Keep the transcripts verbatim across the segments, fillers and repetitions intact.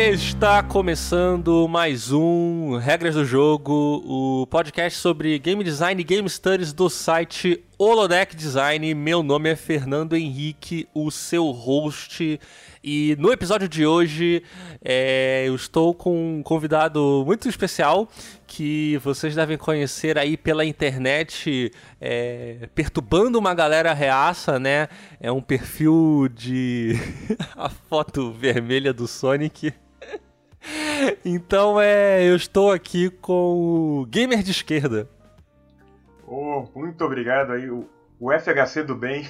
Está começando mais um Regras do Jogo, o podcast sobre game design e game studies do site Holodeck Design. Meu nome é Fernando Henrique, o seu host, e no episódio de hoje é, eu estou com um convidado muito especial que vocês devem conhecer aí pela internet, é, perturbando uma galera reaça, né? É um perfil de a foto vermelha do Sonic. Então é, eu estou aqui com o Gamer de Esquerda. Oh, muito obrigado aí, o, o F H C do bem.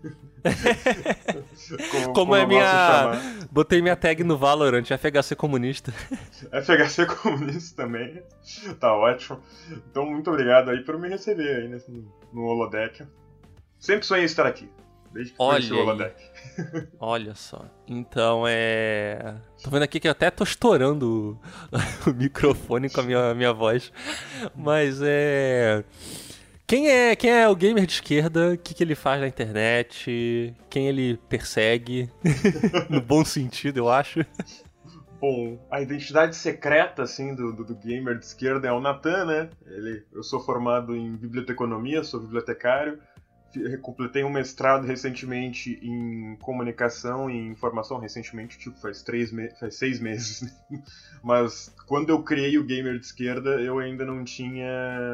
como, como, como é minha... Botei minha tag no Valorant, F H C comunista. F H C comunista também, tá ótimo. Então muito obrigado aí por me receber aí nesse, no Holodeck. Sempre sonhei estar aqui, desde que conheci o Holodeck. Olha só, então é... Tô vendo aqui que eu até tô estourando o, o microfone com a minha, minha voz, mas é... Quem é, quem é o gamer de esquerda? O que, que ele faz na internet? Quem ele persegue? No bom sentido, eu acho. Bom, a identidade secreta assim, do, do, do gamer de esquerda é o Natan, né? Ele, eu sou formado em biblioteconomia, sou bibliotecário. Completei um mestrado recentemente em comunicação e informação, recentemente, tipo, faz, três me- faz seis meses, né? Mas quando eu criei o Gamer de Esquerda, eu ainda não tinha...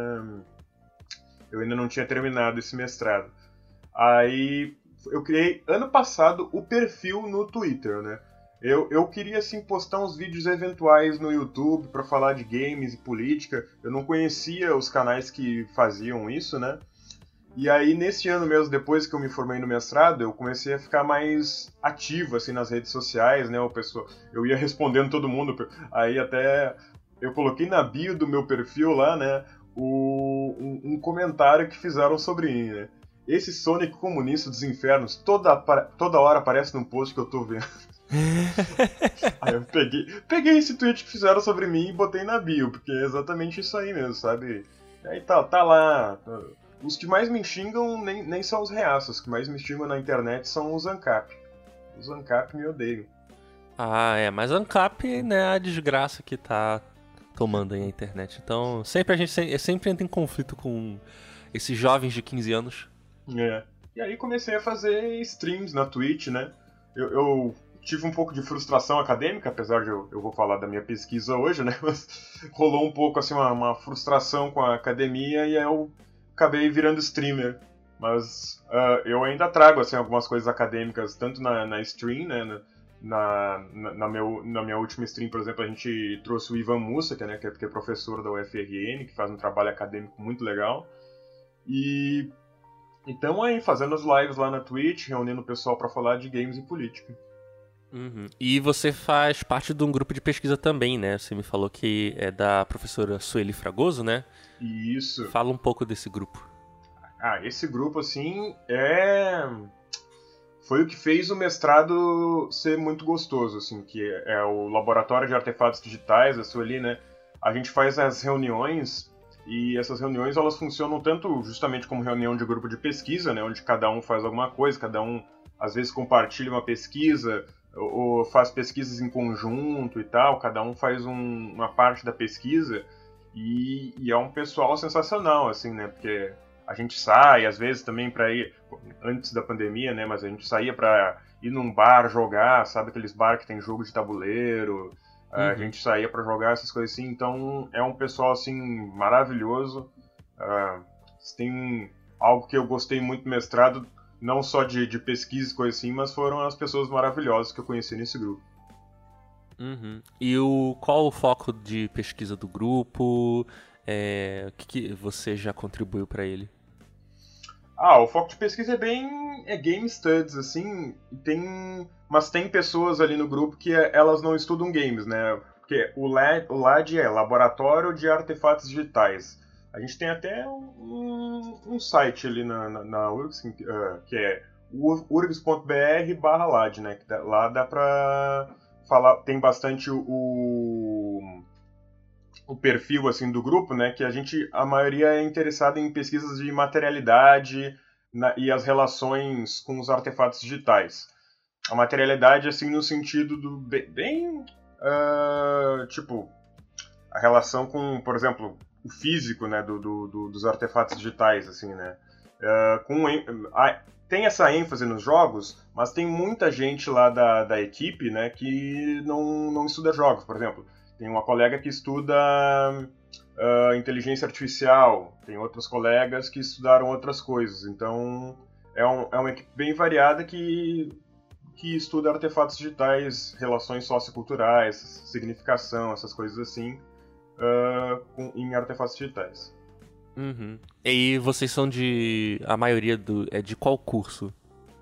Eu ainda não tinha terminado esse mestrado. Aí, eu criei, ano passado, o perfil no Twitter, né? Eu, eu queria, assim, postar uns vídeos eventuais no YouTube para falar de games e política. Eu não conhecia os canais que faziam isso, né? E aí, nesse ano mesmo, depois que eu me formei no mestrado, eu comecei a ficar mais ativo, assim, nas redes sociais, né? O pessoal, eu ia respondendo todo mundo. Aí até eu coloquei na bio do meu perfil lá, né? O, um, um comentário que fizeram sobre mim, né? Esse Sonic comunista dos infernos, toda, toda hora aparece num post que eu tô vendo. Aí eu peguei, peguei esse tweet que fizeram sobre mim e botei na bio, porque é exatamente isso aí mesmo, sabe? Aí tá, tá lá... Tá... Os que mais me xingam nem, nem são os reaços, os que mais me xingam na internet são os ANCAP. Os ANCAP me odeiam. Ah, é, mas ANCAP, né, é a desgraça que tá tomando aí a internet. Então, sempre a gente sempre, sempre entra em conflito com esses jovens de quinze anos. É. E aí comecei a fazer streams na Twitch, né? Eu, eu tive um pouco de frustração acadêmica, apesar de eu, eu vou falar da minha pesquisa hoje, né? Mas rolou um pouco, assim, uma, uma frustração com a academia e aí eu acabei virando streamer, mas uh, eu ainda trago assim, algumas coisas acadêmicas, tanto na, na stream, né, na, na, na, meu, na minha última stream, por exemplo, a gente trouxe o Ivan Mussa, que, né, que, é, que é professor da U F R N, que faz um trabalho acadêmico muito legal, e estamos aí fazendo as lives lá na Twitch, reunindo o pessoal para falar de games e política. Uhum. E você faz parte de um grupo de pesquisa também, né? Você me falou que é da professora Sueli Fragoso, né? Isso. Fala um pouco desse grupo. Ah, esse grupo, assim, é... Foi o que fez o mestrado ser muito gostoso, assim, que é o Laboratório de Artefatos Digitais, a Sueli, né? A gente faz as reuniões e essas reuniões, elas funcionam tanto justamente como reunião de grupo de pesquisa, né? Onde cada um faz alguma coisa, cada um, às vezes, compartilha uma pesquisa ou faz pesquisas em conjunto e tal, cada um faz um, uma parte da pesquisa e, e é um pessoal sensacional, assim, né, porque a gente sai, às vezes, também para ir, antes da pandemia, né, mas a gente saía para ir num bar jogar, sabe, aqueles bar que tem jogo de tabuleiro, uhum. A gente saía para jogar essas coisas assim, então é um pessoal, assim, maravilhoso, uh, tem algo que eu gostei muito do mestrado, não só de, de pesquisa e coisa assim, mas foram as pessoas maravilhosas que eu conheci nesse grupo. Uhum. E o, qual o foco de pesquisa do grupo? É, o que, que você já contribuiu para ele? Ah, o foco de pesquisa é bem... é game studies, assim, tem... mas tem pessoas ali no grupo que elas não estudam games, né? Porque o L A D, o L A D é Laboratório de Artefatos Digitais. A gente tem até um, um site ali na, na, na U R G S, uh, que é urgs.br barra LAD, né? Que dá, lá dá pra falar, tem bastante o, o perfil, assim, do grupo, né? Que a gente, a maioria é interessada em pesquisas de materialidade na, e as relações com os artefatos digitais. A materialidade, assim, no sentido do bem... uh, tipo, a relação com, por exemplo, o físico, né, do, do, do, dos artefatos digitais, assim, né. Uh, com, a, tem essa ênfase nos jogos, mas tem muita gente lá da, da equipe, né, que não, não estuda jogos, por exemplo. Tem uma colega que estuda uh, inteligência artificial, tem outros colegas que estudaram outras coisas. Então, é, um, é uma equipe bem variada que, que estuda artefatos digitais, relações socioculturais, significação, essas coisas assim, uh, com, em artefatos digitais. Uhum. E vocês são de... a maioria do... é de qual curso?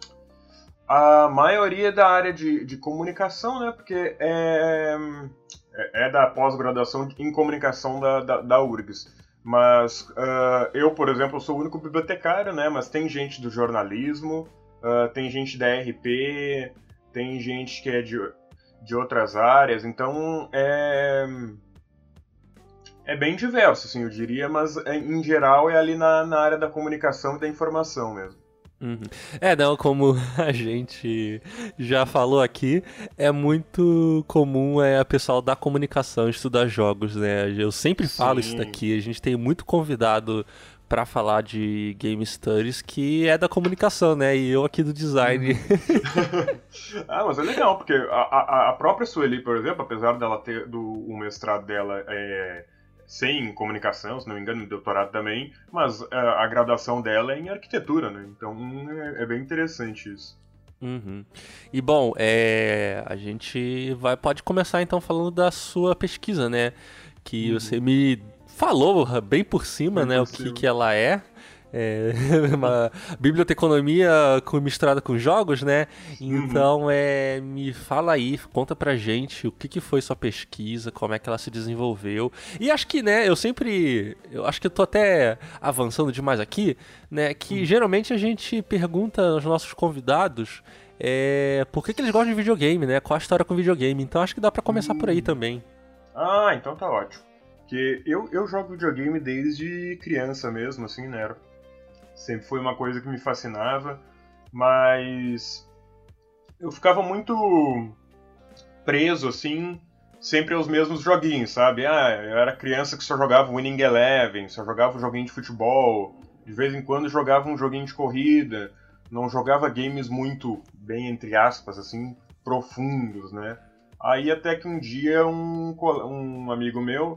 A maioria é da área de, de comunicação, né? Porque é, é, é da pós-graduação em comunicação da, da, da U R G S. Mas uh, eu, por exemplo, sou o único bibliotecário, né? Mas tem gente do jornalismo, uh, tem gente da R P, tem gente que é de, de outras áreas. Então, é... é bem diverso, assim, eu diria, mas em geral é ali na, na área da comunicação e da informação mesmo. Uhum. É, não, como a gente já falou aqui, é muito comum é, a pessoal da comunicação estudar jogos, né? Eu sempre Sim. falo isso daqui, a gente tem muito convidado pra falar de Game Studies que é da comunicação, né? E eu aqui do design. Ah, mas é legal, porque a, a, a própria Sueli, por exemplo, apesar dela ter do, o mestrado dela é... sem comunicação, se não me engano, no doutorado também, mas a, a graduação dela é em arquitetura, né? Então é, é bem interessante isso. Uhum. E bom, é, a gente vai, pode começar então falando da sua pesquisa, né? Que uhum. você me falou bem por cima, bem né? Por o cima. que, que ela é. É uma biblioteconomia com, misturada com jogos, né? Então, uhum. é, me fala aí, conta pra gente o que, que foi sua pesquisa, como é que ela se desenvolveu. E acho que, né, eu sempre... Eu acho que eu tô até avançando demais aqui, né? Que uhum. geralmente a gente pergunta aos nossos convidados é, por que, que eles gostam de videogame, né? Qual a história com videogame. Então, acho que dá pra começar uhum. por aí também. Ah, então tá ótimo. Porque eu, eu jogo videogame desde criança mesmo, assim, né? Sempre foi uma coisa que me fascinava, mas eu ficava muito preso, assim, sempre aos mesmos joguinhos, sabe? Ah, eu era criança que só jogava Winning Eleven, só jogava um joguinho de futebol, de vez em quando jogava um joguinho de corrida, não jogava games muito, bem entre aspas, assim, profundos, né? Aí até que um dia um, um amigo meu,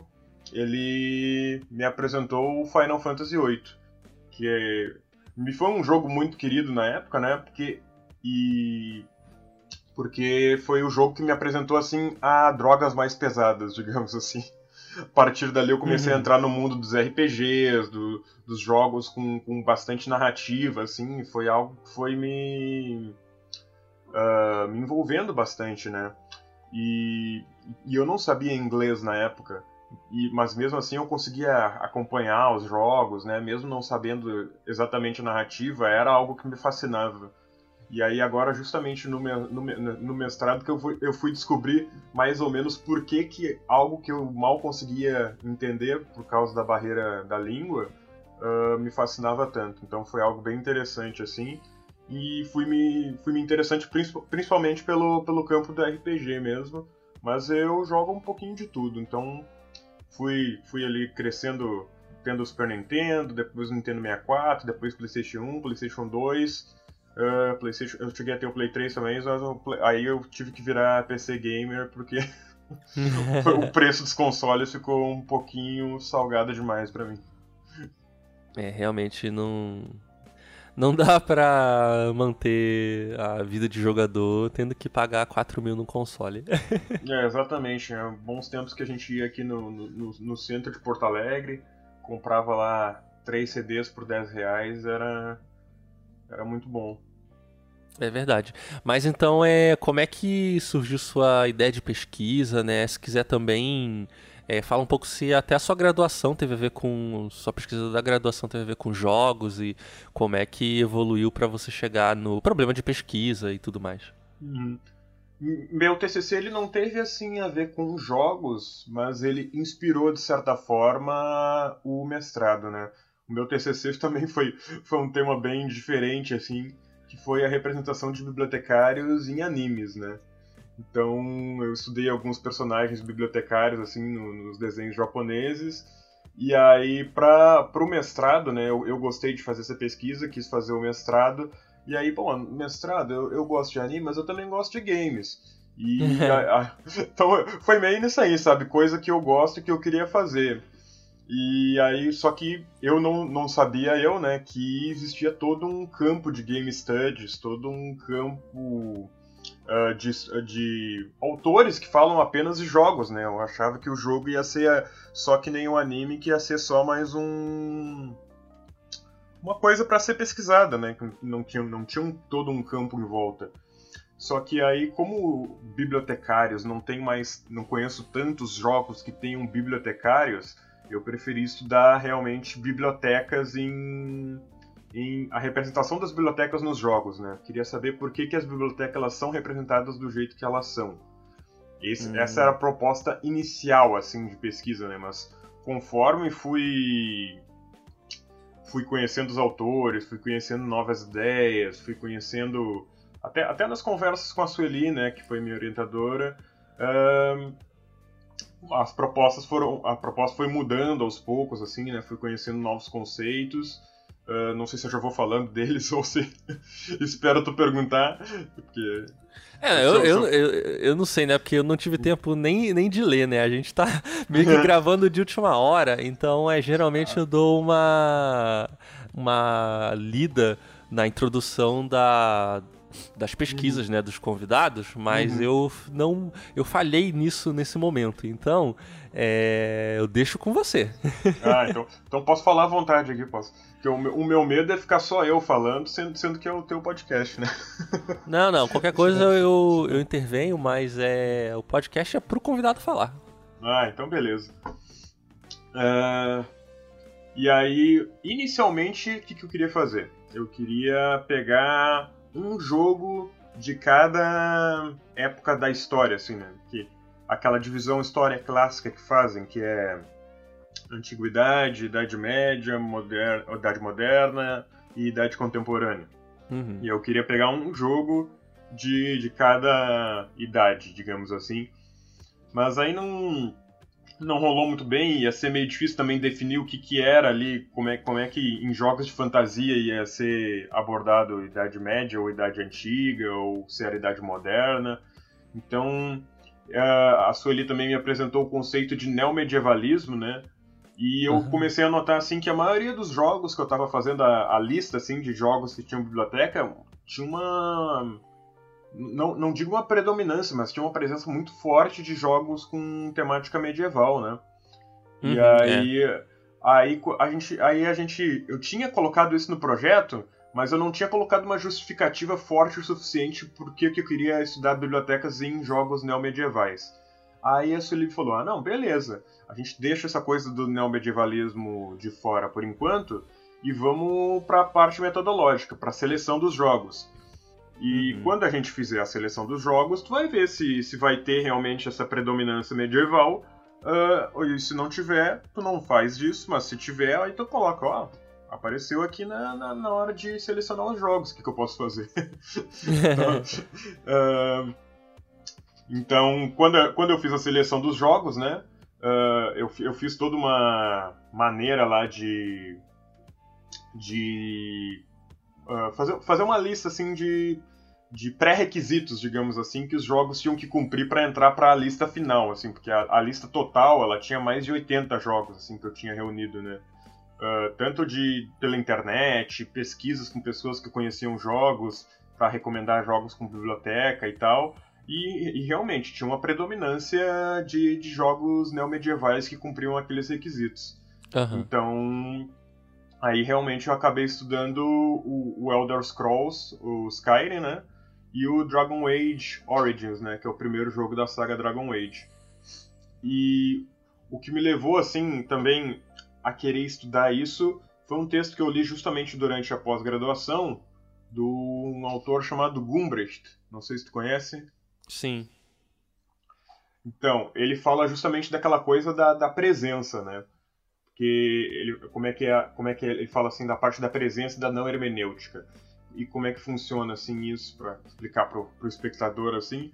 ele me apresentou o Final Fantasy oito. Que é, me foi um jogo muito querido na época, né? Porque, e, porque foi o jogo que me apresentou, assim, a drogas mais pesadas, digamos assim. A partir dali eu comecei uhum. a entrar no mundo dos R P Gs, do, dos jogos com, com bastante narrativa, assim. Foi algo que foi me, uh, me envolvendo bastante, né? E, e eu não sabia inglês na época. E, mas mesmo assim eu conseguia acompanhar os jogos, né? Mesmo não sabendo exatamente a narrativa, era algo que me fascinava. E aí agora, justamente no, me, no, no mestrado, que eu fui, eu fui descobrir mais ou menos por que, que algo que eu mal conseguia entender por causa da barreira da língua uh, me fascinava tanto. Então foi algo bem interessante, assim. E fui me, fui me interessante principalmente pelo, pelo campo do R P G mesmo. Mas eu jogo um pouquinho de tudo, então... Fui, fui ali crescendo, tendo o Super Nintendo, depois o Nintendo sessenta e quatro, depois PlayStation um, PlayStation dois, uh, PlayStation, eu cheguei a ter o Play três também, mas eu, aí eu tive que virar P C Gamer porque o preço dos consoles ficou um pouquinho salgado demais pra mim. É, realmente não... Não dá pra manter a vida de jogador tendo que pagar quatro mil no console. É, exatamente. É bons tempos que a gente ia aqui no, no, no centro de Porto Alegre, comprava lá três C Ds por dez reais, era, era muito bom. É verdade. Mas então, é, como é que surgiu sua ideia de pesquisa, né? Se quiser também... É, fala um pouco se até a sua graduação teve a ver com... Sua pesquisa da graduação teve a ver com jogos e como é que evoluiu para você chegar no problema de pesquisa e tudo mais. Uhum. Meu T C C ele não teve assim a ver com jogos, mas ele inspirou de certa forma o mestrado, né? O meu T C C também foi, foi um tema bem diferente, assim, que foi a representação de bibliotecários em animes, né? Então eu estudei alguns personagens bibliotecários assim no, nos desenhos japoneses. E aí para o mestrado, né, eu, eu gostei de fazer essa pesquisa, quis fazer o mestrado. E aí, bom, mestrado, eu, eu gosto de anime, mas eu também gosto de games. E a, a, então foi meio nisso aí, sabe? Coisa que eu gosto e que eu queria fazer. E aí, só que eu não, não sabia, eu, né, que existia todo um campo de game studies, todo um campo uh, de, de autores que falam apenas de jogos, né? Eu achava que o jogo ia ser só que nem um anime, que ia ser só mais um... uma coisa para ser pesquisada, né? Que não tinha, não tinha um, todo um campo em volta. Só que aí, como bibliotecários, não tem mais, não conheço tantos jogos que tenham bibliotecários, eu preferi estudar realmente bibliotecas em, em a representação das bibliotecas nos jogos, né? Queria saber por que, que as bibliotecas elas são representadas do jeito que elas são. Esse, hum. Essa era a proposta inicial, assim, de pesquisa, né? Mas conforme fui fui conhecendo os autores, fui conhecendo novas ideias, fui conhecendo até, até nas conversas com a Sueli, né? Que foi minha orientadora. Um, As propostas foram, a proposta foi mudando aos poucos, assim, né? Fui conhecendo novos conceitos. Uh, não sei se eu já vou falando deles ou se espero tu perguntar, porque... É, eu, eu, eu, eu não sei, né? Porque eu não tive tempo nem, nem de ler, né? A gente tá meio que gravando de última hora, então é geralmente eu dou uma, uma lida na introdução da... das pesquisas, uhum. né, dos convidados, mas uhum. eu não, eu falhei nisso nesse momento, então é, eu deixo com você. Ah, então, então posso falar à vontade aqui, posso. Porque o meu, o meu medo é ficar só eu falando, sendo, sendo que é o teu podcast, né? Não, não, qualquer coisa eu, eu intervenho, mas é, o podcast é pro convidado falar. Ah, então beleza. Uh, e aí, inicialmente, o que, que eu queria fazer? Eu queria pegar um jogo de cada época da história, assim, né? Que, aquela divisão história clássica que fazem, que é Antiguidade, Idade Média, moder... Idade Moderna e Idade Contemporânea. Uhum. E eu queria pegar um jogo de, de cada idade, digamos assim. Mas aí não... não rolou muito bem, ia ser meio difícil também definir o que, que era ali, como é, como é que em jogos de fantasia ia ser abordado Idade Média ou Idade Antiga, ou se era Idade Moderna. Então, a Sueli também me apresentou o conceito de neomedievalismo, né? E eu uhum. comecei a notar, assim, que a maioria dos jogos que eu estava fazendo, a, a lista, assim, de jogos que tinham biblioteca, tinha uma... Não, não digo uma predominância, mas tinha uma presença muito forte de jogos com temática medieval, né? Uhum, e aí, é. aí, a gente, aí a gente... Eu tinha colocado isso no projeto, mas eu não tinha colocado uma justificativa forte o suficiente porque eu queria estudar bibliotecas em jogos neomedievais. Aí a Sueli falou, ah, não, beleza, a gente deixa essa coisa do neomedievalismo de fora por enquanto e vamos para a parte metodológica, para a seleção dos jogos. E uhum. quando a gente fizer a seleção dos jogos, tu vai ver se, se vai ter realmente essa predominância medieval. Uh, e se não tiver, tu não faz disso, mas se tiver, aí tu coloca, ó, apareceu aqui na, na, na hora de selecionar os jogos, o que, que eu posso fazer? então, uh, então quando, quando eu fiz a seleção dos jogos, né, uh, eu, eu fiz toda uma maneira lá de... de uh, fazer, fazer uma lista, assim, de... de pré-requisitos, digamos assim, que os jogos tinham que cumprir para entrar para a lista final, assim, porque a, a lista total, ela tinha mais de oitenta jogos, assim, que eu tinha reunido, né? Uh, tanto de pela internet, pesquisas com pessoas que conheciam jogos, para recomendar jogos com biblioteca e tal, e, e realmente tinha uma predominância de, de jogos neomedievais que cumpriam aqueles requisitos. Uhum. Então... Aí realmente eu acabei estudando o, o Elder Scrolls, o Skyrim, né? E o Dragon Age Origins, né? Que é o primeiro jogo da saga Dragon Age. E o que me levou, assim, também a querer estudar isso foi um texto que eu li justamente durante a pós-graduação de um autor chamado Gumbrecht. Não sei se tu conhece. Sim. Então, ele fala justamente daquela coisa da, da presença, né? Que ele, como é que é, como é que ele fala assim da parte da presença e da não hermenêutica e como é que funciona assim isso para explicar pro, pro espectador assim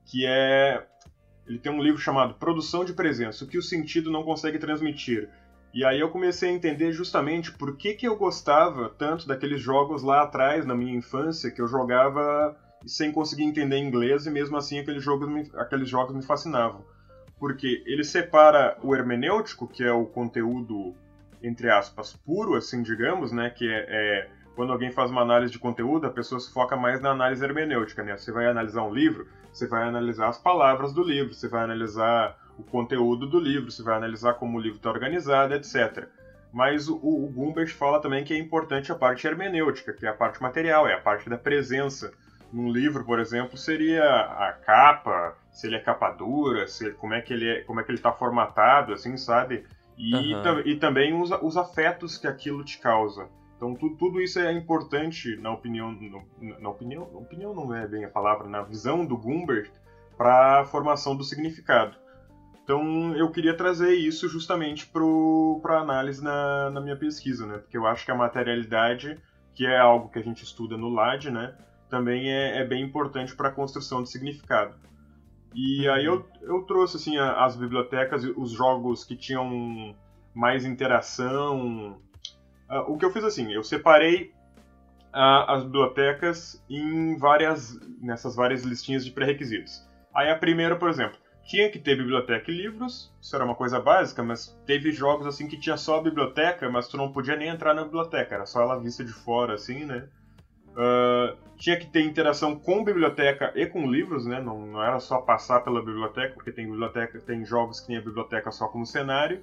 que é... Ele tem um livro chamado Produção de Presença, o que o sentido não consegue transmitir. E aí eu comecei a entender justamente por que, que eu gostava tanto daqueles jogos lá atrás, na minha infância, que eu jogava sem conseguir entender inglês, e mesmo assim aqueles jogos me, aqueles jogos me fascinavam. Porque ele separa o hermenêutico, que é o conteúdo, entre aspas, puro, assim, digamos, né? Que é, é quando alguém faz uma análise de conteúdo, a pessoa se foca mais na análise hermenêutica, né? Você vai analisar um livro, você vai analisar as palavras do livro, você vai analisar o conteúdo do livro, você vai analisar como o livro está organizado, etcétera. Mas o, o Gumbert fala também que é importante a parte hermenêutica, que é a parte material, é a parte da presença. Num livro, por exemplo, seria a capa, se ele é capa dura, se, como é que ele é, como é que ele está formatado, assim, sabe? E, Uhum. e também os, os afetos que aquilo te causa. Então tu, tudo isso é importante, na opinião, no, na opinião, opinião não é bem a palavra, na visão do Gumbert, para a formação do significado. Então eu queria trazer isso justamente para análise na, na minha pesquisa, né? Porque eu acho que a materialidade, que é algo que a gente estuda no L A D, né? Também é, é bem importante para a construção de significado. E Uhum. aí eu, eu trouxe assim, a, as bibliotecas, os jogos que tinham mais interação. Uh, o que eu fiz assim, eu separei uh, as bibliotecas em várias, nessas várias listinhas de pré-requisitos. Aí a primeira, por exemplo, tinha que ter biblioteca e livros, isso era uma coisa básica, mas teve jogos assim que tinha só a biblioteca, mas tu não podia nem entrar na biblioteca, era só ela vista de fora, assim, né? Uh, tinha que ter interação com biblioteca e com livros, né? Não, não era só passar pela biblioteca, porque tem biblioteca, tem jogos que tem a biblioteca só como cenário.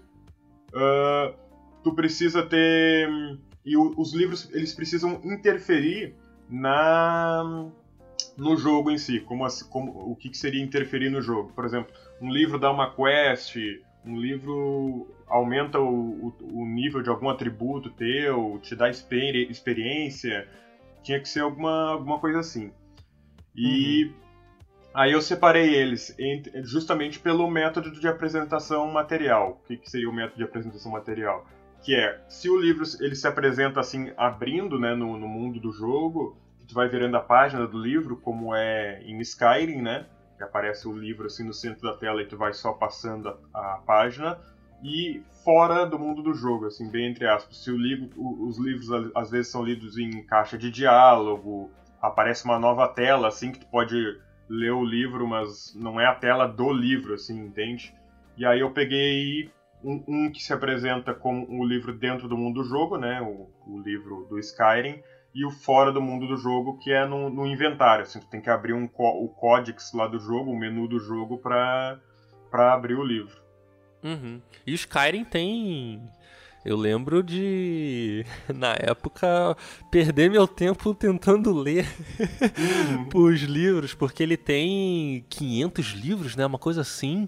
Uh, tu precisa ter... E o, os livros, eles precisam interferir na... no jogo em si, como, como, o que, que seria interferir no jogo. Por exemplo, um livro dá uma quest, um livro aumenta o, o, o nível de algum atributo teu, te dá experi experiência, tinha que ser alguma, alguma coisa assim. E Uhum. aí eu separei eles entre, justamente pelo método de apresentação material. O que, que seria o método de apresentação material? Que é, se o livro ele se apresenta assim, abrindo, né, no, no mundo do jogo, tu vai virando a página do livro, como é em Skyrim, né? Que aparece o livro assim no centro da tela e tu vai só passando a, a página. E fora do mundo do jogo, assim, bem entre aspas. Se o livro, os livros às vezes são lidos em caixa de diálogo, aparece uma nova tela, assim, que tu pode ler o livro, mas não é a tela do livro, assim, entende? E aí eu peguei um, um que se apresenta como o livro dentro do mundo do jogo, né? O, o livro do Skyrim, e o fora do mundo do jogo, que é no, no inventário. Assim, tu tem que abrir um, o códex lá do jogo, o menu do jogo, pra, pra abrir o livro. Uhum. E o Skyrim tem... Eu lembro de, na época, perder meu tempo tentando ler Uhum. os livros, porque ele tem quinhentos livros, né? Uma coisa assim.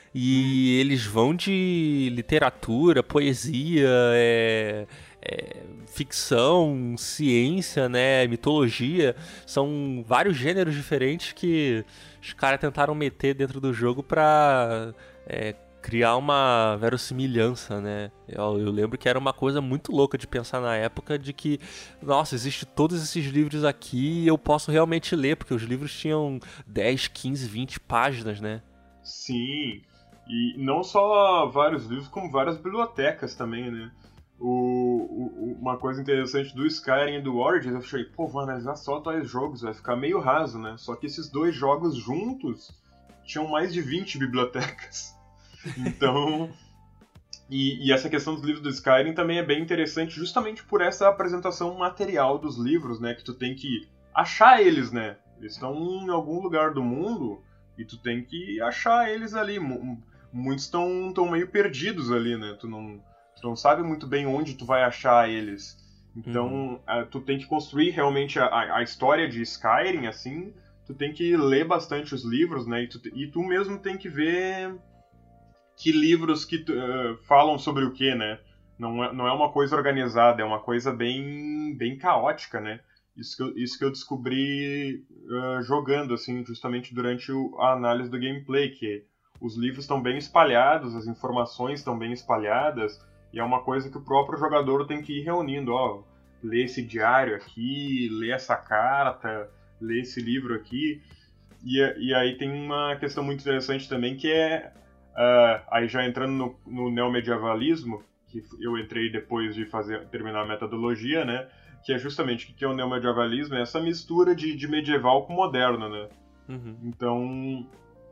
E Uhum. eles vão de literatura, poesia, é, é, ficção, ciência, né, mitologia. São vários gêneros diferentes que os caras tentaram meter dentro do jogo pra é, criar uma verossimilhança, né? Eu, eu lembro que era uma coisa muito louca de pensar na época de que, nossa, existe todos esses livros aqui e eu posso realmente ler, porque os livros tinham dez, quinze, vinte páginas, né? Sim, e não só vários livros, como várias bibliotecas também, né? O, o, uma coisa interessante do Skyrim e do Origins, eu achei, pô, vou analisar só dois jogos, vai ficar meio raso, né? Só que esses dois jogos juntos tinham mais de vinte bibliotecas. Então, e, e essa questão dos livros do Skyrim também é bem interessante justamente por essa apresentação material dos livros, né? Que tu tem que achar eles, né? Eles estão em algum lugar do mundo e tu tem que achar eles ali. Muitos estão meio perdidos ali, né? Tu não, tu não sabe muito bem onde tu vai achar eles. Uhum. Então, uh, tu tem que construir realmente a, a história de Skyrim, assim. Tu tem que ler bastante os livros, né? E tu, e tu mesmo tem que ver que livros que uh, falam sobre o que, né? Não é, não é uma coisa organizada, é uma coisa bem, bem caótica, né? Isso que eu, isso que eu descobri uh, jogando, assim, justamente durante o, a análise do gameplay, que os livros estão bem espalhados, as informações estão bem espalhadas, e é uma coisa que o próprio jogador tem que ir reunindo, ó, lê esse diário aqui, lê essa carta, lê esse livro aqui. E, e aí tem uma questão muito interessante também que é, uh, aí já entrando no, no neomedievalismo, que eu entrei depois de fazer, terminar a metodologia, né? Que é justamente o que é o neomedievalismo, é essa mistura de, de medieval com moderno, né? Uhum. Então,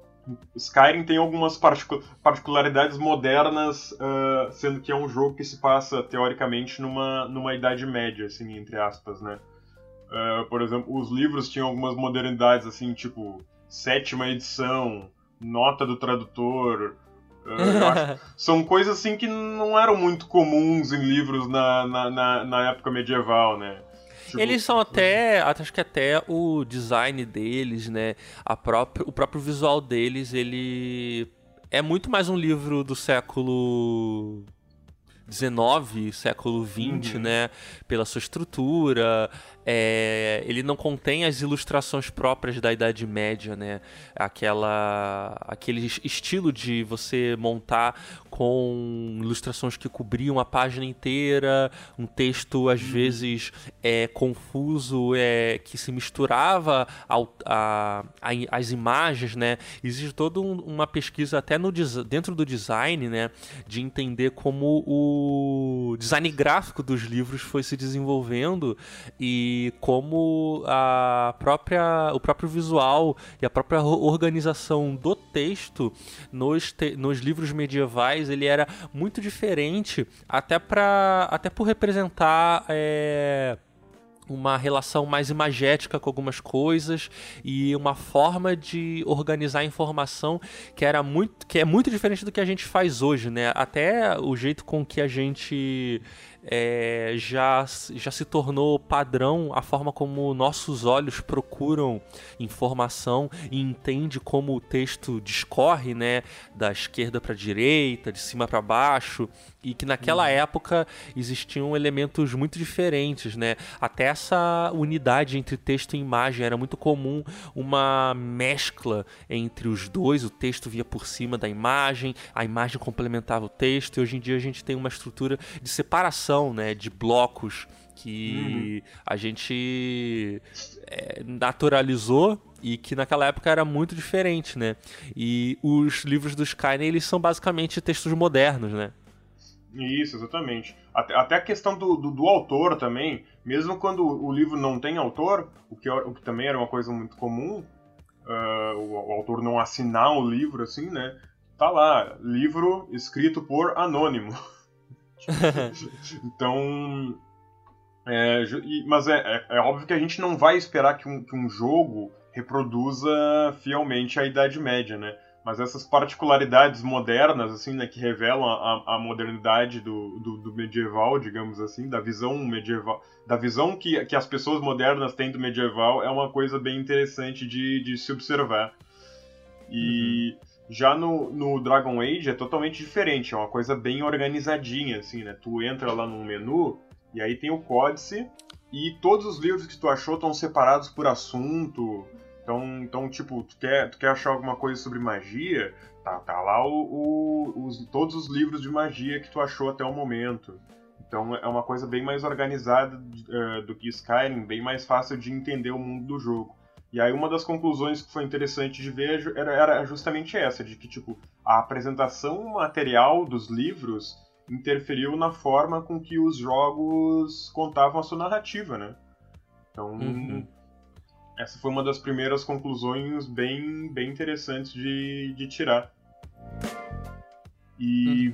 Skyrim tem algumas particu particularidades modernas, uh, sendo que é um jogo que se passa, teoricamente, numa, numa Idade Média, assim, entre aspas, né? Uh, por exemplo, os livros tinham algumas modernidades, assim, tipo, sétima edição, nota do tradutor. Uh, eu acho, são coisas, assim, que não eram muito comuns em livros na, na, na, na época medieval, né? Tipo... Eles são até, acho que até o design deles, né, a própria, o próprio visual deles, ele é muito mais um livro do século dezenove, século vinte, uhum. né, pela sua estrutura. É, ele não contém as ilustrações próprias da Idade Média, né? Aquela, aquele estilo de você montar com ilustrações que cobriam a página inteira, um texto às hum. vezes é, confuso, é, que se misturava ao, a, a, as imagens, né? Existe toda um, uma pesquisa até no, dentro do design, né? De entender como o design gráfico dos livros foi se desenvolvendo e E como a própria, o próprio visual e a própria organização do texto nos, te, nos livros medievais ele era muito diferente, até, pra, até por representar é, uma relação mais imagética com algumas coisas e uma forma de organizar a informação que, era muito, que é muito diferente do que a gente faz hoje, né? Até o jeito com que a gente... É, já, já se tornou padrão a forma como nossos olhos procuram informação e entende como o texto discorre, né, da esquerda para a direita, de cima para baixo, e que naquela uhum. época existiam elementos muito diferentes, né? Até essa unidade entre texto e imagem era muito comum, uma mescla entre os dois, o texto via por cima da imagem, a imagem complementava o texto, e hoje em dia a gente tem uma estrutura de separação, né, de blocos que uhum. a gente é, naturalizou e que naquela época era muito diferente, né? E os livros do Skyrim, eles são basicamente textos modernos, né? Isso, exatamente. Até, até a questão do, do, do autor também, mesmo quando o livro não tem autor, o que, o que também era uma coisa muito comum, uh, o, o autor não assinar o livro, assim, né? Tá lá, livro escrito por anônimo. Então, é, mas é, é, é óbvio que a gente não vai esperar que um, que um jogo reproduza fielmente a Idade Média, né? Mas essas particularidades modernas, assim, né, que revelam a, a modernidade do, do, do medieval, digamos assim, da visão medieval, da visão que, que as pessoas modernas têm do medieval, é uma coisa bem interessante de, de se observar. E... Uhum. Já no, no Dragon Age é totalmente diferente, é uma coisa bem organizadinha, assim, né? Tu entra lá num menu, e aí tem o códice, e todos os livros que tu achou estão separados por assunto. Então, então tipo, tu quer, tu quer achar alguma coisa sobre magia, tá, tá lá o, o, os, todos os livros de magia que tu achou até o momento. Então é uma coisa bem mais organizada uh, do que Skyrim, bem mais fácil de entender o mundo do jogo. E aí uma das conclusões que foi interessante de ver era, era justamente essa, de que tipo, a apresentação material dos livros interferiu na forma com que os jogos contavam a sua narrativa, né? Então, uhum. essa foi uma das primeiras conclusões bem, bem interessantes de, de tirar. E...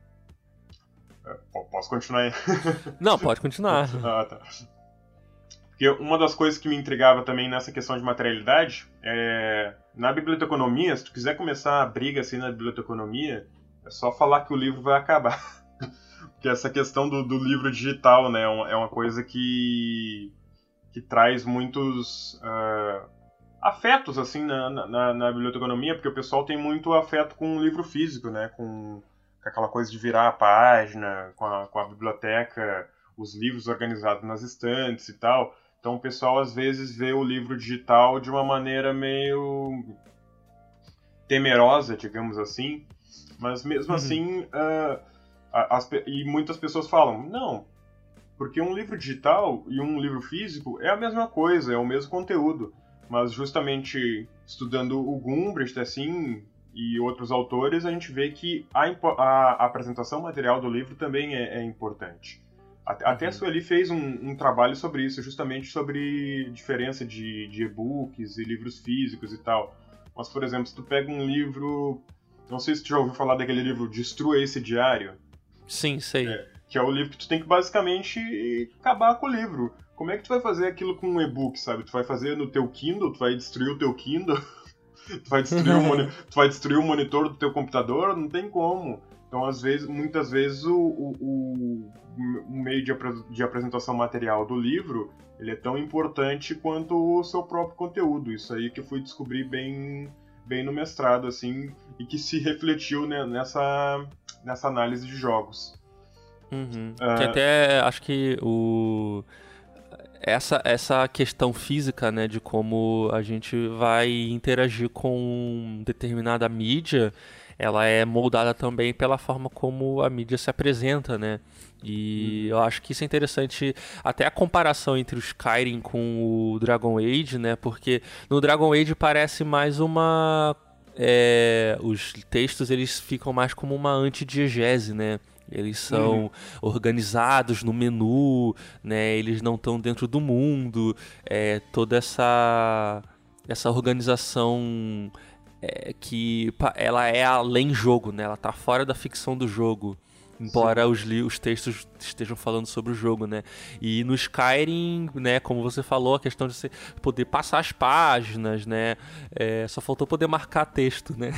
Uhum. Posso continuar aí? Não, pode continuar. Ah, tá. Porque uma das coisas que me intrigava também nessa questão de materialidade é... Na biblioteconomia, se tu quiser começar a briga assim na biblioteconomia, é só falar que o livro vai acabar. Porque essa questão do, do livro digital, né, é uma coisa que, que traz muitos uh, afetos assim na, na, na biblioteconomia, porque o pessoal tem muito afeto com o livro físico, né, com, com aquela coisa de virar a página, com a, com a biblioteca, os livros organizados nas estantes e tal. Então o pessoal às vezes vê o livro digital de uma maneira meio temerosa, digamos assim, mas mesmo uhum. assim, uh, as, e muitas pessoas falam, não, porque um livro digital e um livro físico é a mesma coisa, é o mesmo conteúdo. mas justamente estudando o Gumbrist, assim, e outros autores, a gente vê que a, a, a apresentação material do livro também é, é importante. Até, uhum. até a Sueli fez um, um trabalho sobre isso, justamente sobre diferença de, de e-books e livros físicos e tal. Mas, por exemplo, se tu pega um livro... Não sei se tu já ouviu falar daquele livro Destrua Esse Diário. Sim, sei. É, que é o livro que tu tem que basicamente acabar com o livro. Como é que tu vai fazer aquilo com um e-book, sabe? Tu vai fazer no teu Kindle, tu vai destruir o teu Kindle, tu, vai destruir o moni- tu vai destruir o monitor do teu computador, não tem como. Então, às vezes, muitas vezes, o, o, o, o meio de, apre- de apresentação material do livro, ele é tão importante quanto o seu próprio conteúdo. Isso aí que eu fui descobrir bem, bem no mestrado, assim, e que se refletiu, né, nessa, nessa análise de jogos. Uhum. Uh... Que até, acho que o... Essa, essa questão física, né, de como a gente vai interagir com determinada mídia, ela é moldada também pela forma como a mídia se apresenta, né? E uhum. eu acho que isso é interessante, até a comparação entre o Skyrim com o Dragon Age, né? Porque no Dragon Age parece mais uma... É, os textos, eles ficam mais como uma antidiegese, né? Eles são uhum. organizados no menu, né? Eles não estão dentro do mundo. É, toda essa, essa organização é, que ela é além jogo, né? Ela está fora da ficção do jogo. Embora os, li- os textos estejam falando sobre o jogo, né? E no Skyrim, né, como você falou, a questão de você poder passar as páginas, né? É, só faltou poder marcar texto, né?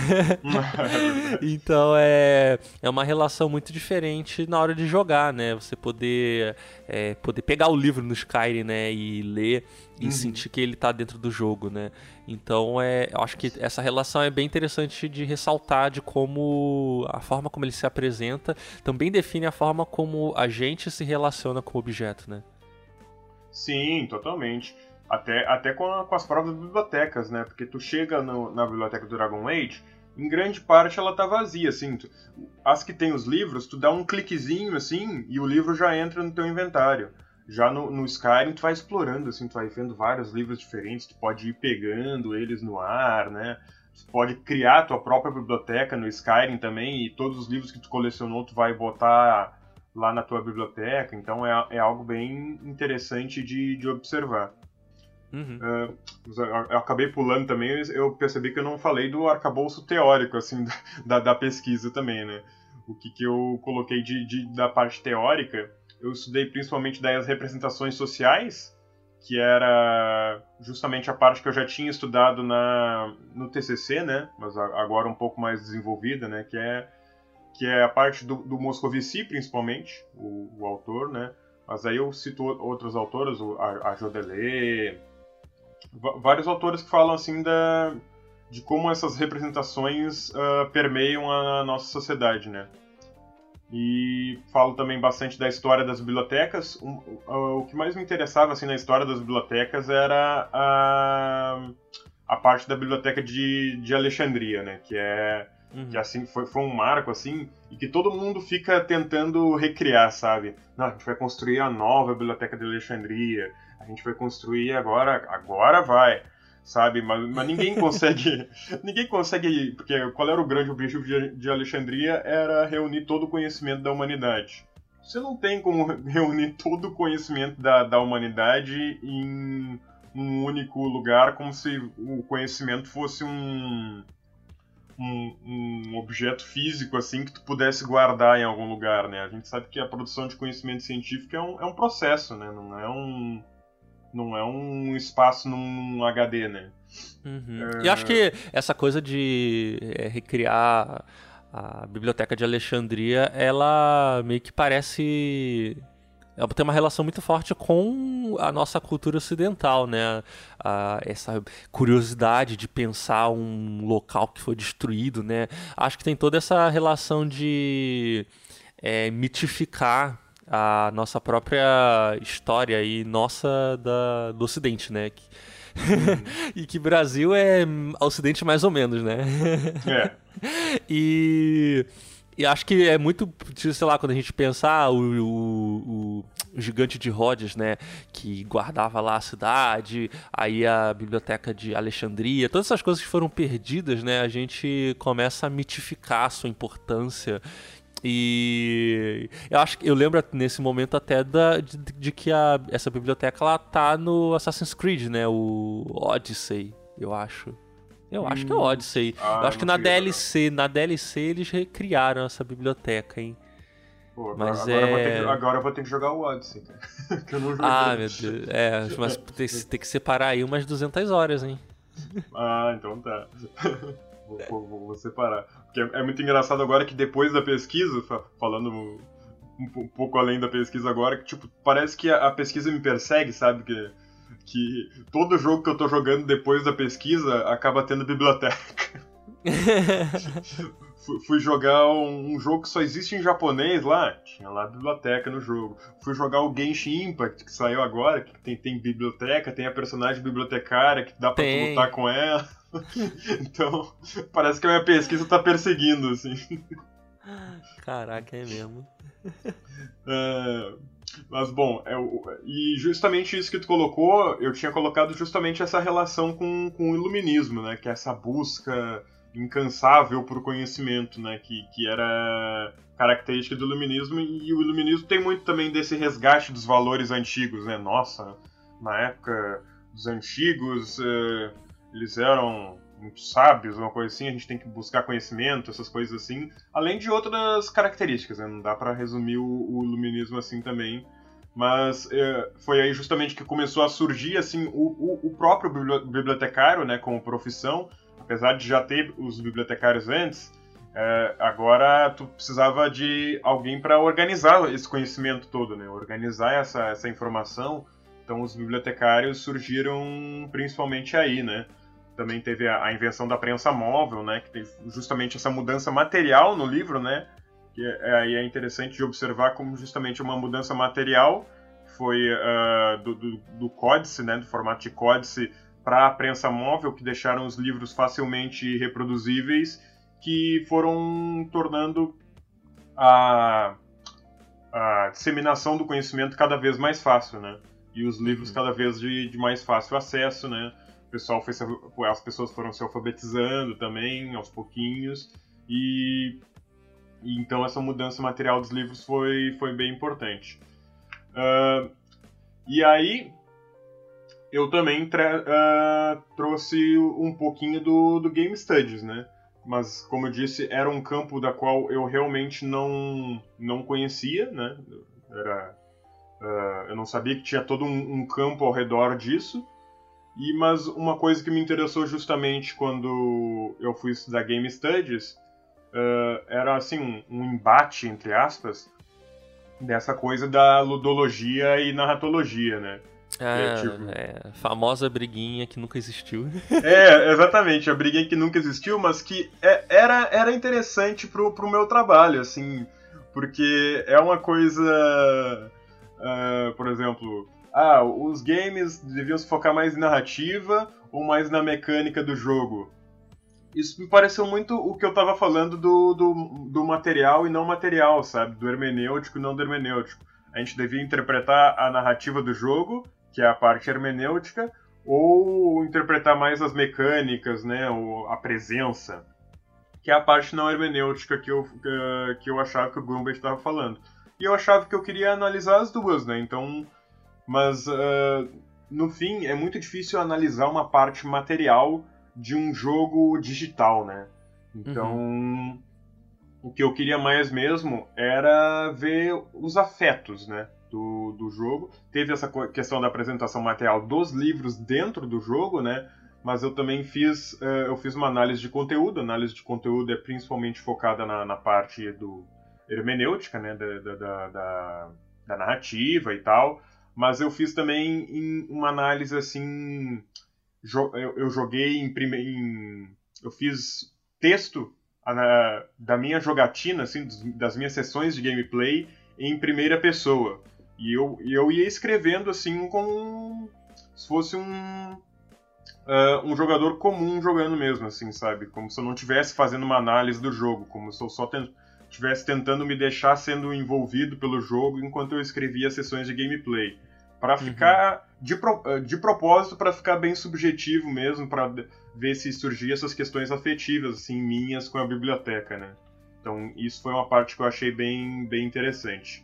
Então é, é uma relação muito diferente na hora de jogar, né? Você poder, é, poder pegar o livro no Skyrim, né, e ler e uhum. sentir que ele está dentro do jogo, né? Então é, eu acho que essa relação é bem interessante de ressaltar de como a forma como ele se apresenta também define a forma como a gente se relaciona com o objeto, né? Sim, totalmente. Até, até com, a, com as próprias bibliotecas, né? Porque tu chega no, na biblioteca do Dragon Age, em grande parte ela tá vazia, assim. Tu, as que tem os livros, tu dá um cliquezinho, assim, e o livro já entra no teu inventário. Já no, no Skyrim, tu vai explorando, assim, tu vai vendo vários livros diferentes, tu pode ir pegando eles no ar, né? Tu pode criar a tua própria biblioteca no Skyrim também, e todos os livros que tu colecionou tu vai botar lá na tua biblioteca, então é, é algo bem interessante de, de observar. Uhum. Uh, eu acabei pulando também, eu percebi que eu não falei do arcabouço teórico, assim, da, da pesquisa também, né? O que, que eu coloquei de, de, da parte teórica, eu estudei principalmente das representações sociais, que era justamente a parte que eu já tinha estudado na, no T C C, né? Mas agora um pouco mais desenvolvida, né? Que é, que é a parte do, do Moscovici, principalmente, o, o autor, né? Mas aí eu cito outros autores, a, a Jodelet, vários autores que falam assim da, de como essas representações uh, permeiam a nossa sociedade, né? E falo também bastante da história das bibliotecas. Um, uh, o que mais me interessava assim, na história das bibliotecas era a, a parte da biblioteca de, de Alexandria, né? Que é uhum. que assim foi, foi um marco assim e que todo mundo fica tentando recriar, sabe? Não, a gente vai construir a nova biblioteca de Alexandria. A gente vai construir agora, agora vai. Sabe, mas, mas ninguém consegue, ninguém consegue, porque qual era o grande objetivo de, de Alexandria? Era reunir todo o conhecimento da humanidade. Você não tem como reunir todo o conhecimento da, da humanidade em um único lugar, como se o conhecimento fosse um, um, um objeto físico, assim, que tu pudesse guardar em algum lugar, né? A gente sabe que a produção de conhecimento científico é um, é um processo, né? Não é um... Não é um espaço num H D, né? Uhum. É... E acho que essa coisa de é, recriar a Biblioteca de Alexandria, ela meio que parece... Ela tem uma relação muito forte com a nossa cultura ocidental, né? A, essa curiosidade de pensar um local que foi destruído, né? Acho que tem toda essa relação de é, mitificar a nossa própria história e nossa da, do Ocidente, né? Que... Uhum. E que Brasil é Ocidente mais ou menos, né? É. E, e acho que é muito, sei lá, quando a gente pensa ah, o, o, o gigante de Rhodes, né, que guardava lá a cidade, aí a biblioteca de Alexandria, todas essas coisas que foram perdidas, né, a gente começa a mitificar a sua importância. E eu acho que eu lembro nesse momento até da, de, de que a, essa biblioteca ela tá no Assassin's Creed, né, o Odyssey, eu acho. Eu acho que é o Odyssey. Ah, eu acho que na cheguei a D L C, na D L C eles recriaram essa biblioteca, hein. Pô, agora, Mas agora, eu vou ter é... que, agora eu vou ter que jogar o Odyssey, cara. Que eu não joguei. Ah, meu Deus. É, mas tem, tem que separar aí umas duzentas horas, hein. Ah, então tá. Vou, vou, vou separar. Porque é, é muito engraçado agora que depois da pesquisa, falando um, um pouco além da pesquisa agora, que tipo, parece que a, a pesquisa me persegue, sabe? Que, que todo jogo que eu tô jogando depois da pesquisa acaba tendo biblioteca. Fui, fui jogar um, um jogo que só existe em japonês lá, tinha lá biblioteca no jogo. Fui jogar o Genshin Impact, que saiu agora, que tem, tem biblioteca, tem a personagem bibliotecária que dá pra tu lutar com ela. Então, parece que a minha pesquisa tá perseguindo, assim. Caraca, é mesmo. É, mas, bom, é, e justamente isso que tu colocou, eu tinha colocado justamente essa relação com, com o iluminismo, né? Que é essa busca incansável por conhecimento, né? Que, que era característica do iluminismo, e o iluminismo tem muito também desse resgate dos valores antigos, né? Nossa, na época dos antigos, uh, eles eram muito sábios, uma coisa assim, a gente tem que buscar conhecimento, essas coisas assim, além de outras características, né? Não dá para resumir o, o iluminismo assim também, mas uh, foi aí justamente que começou a surgir assim o, o, o próprio bibliotecário, né? Como profissão. Apesar de já ter os bibliotecários antes, é, agora tu precisava de alguém para organizar esse conhecimento todo, né? Organizar essa, essa informação. Então os bibliotecários surgiram principalmente aí, né? Também teve a, a invenção da prensa móvel, né? Que teve justamente essa mudança material no livro, né? Que aí é, é interessante de observar como justamente uma mudança material foi uh, do, do, do códice, né? Do formato de códice para a prensa móvel, que deixaram os livros facilmente reproduzíveis, que foram tornando a, a disseminação do conhecimento cada vez mais fácil, né? E os livros uhum. cada vez de, de mais fácil acesso, né? O pessoal foi, as pessoas foram se alfabetizando também, aos pouquinhos, e, e então essa mudança material dos livros foi, foi bem importante. Uh, e aí eu também uh, trouxe um pouquinho do, do Game Studies, né? Mas, como eu disse, era um campo da qual eu realmente não, não conhecia, né? Era, uh, eu não sabia que tinha todo um, um campo ao redor disso. E, mas uma coisa que me interessou justamente quando eu fui estudar Game Studies uh, era, assim, um, um embate, entre aspas, dessa coisa da ludologia e narratologia, né? Ah, é, tipo... é, famosa briguinha que nunca existiu. É, exatamente, a briguinha que nunca existiu, mas que é, era, era interessante pro, pro meu trabalho, assim, porque é uma coisa, uh, por exemplo, ah, os games deviam se focar mais em narrativa ou mais na mecânica do jogo. Isso me pareceu muito o que eu tava falando do, do, do material e não material, sabe? Do hermenêutico e não do hermenêutico. A gente devia interpretar a narrativa do jogo, que é a parte hermenêutica, ou interpretar mais as mecânicas, né, ou a presença, que é a parte não hermenêutica que eu, que eu achava que o Gumbert estava falando. E eu achava que eu queria analisar as duas, né, então... Mas, uh, no fim, é muito difícil analisar uma parte material de um jogo digital, né. Então... Uhum. O que eu queria mais mesmo era ver os afetos, né, do, do jogo. Teve essa questão da apresentação material dos livros dentro do jogo, né, mas eu também fiz, uh, eu fiz uma análise de conteúdo. A análise de conteúdo é principalmente focada na, na parte do hermenêutica, né, da, da, da, da narrativa e tal, mas eu fiz também em uma análise assim, eu, eu joguei em, em... eu fiz texto A, da minha jogatina, assim, das minhas sessões de gameplay em primeira pessoa. E eu, eu ia escrevendo assim como se fosse um, uh, um jogador comum jogando mesmo, assim, sabe? Como se eu não estivesse fazendo uma análise do jogo, como se eu só ten, estivesse tentando me deixar sendo envolvido pelo jogo enquanto eu escrevia sessões de gameplay. Para ficar, uhum. de, pro, de propósito, para ficar bem subjetivo mesmo, para ver se surgiam essas questões afetivas, assim, minhas com a biblioteca, né? Então, isso foi uma parte que eu achei bem, bem interessante.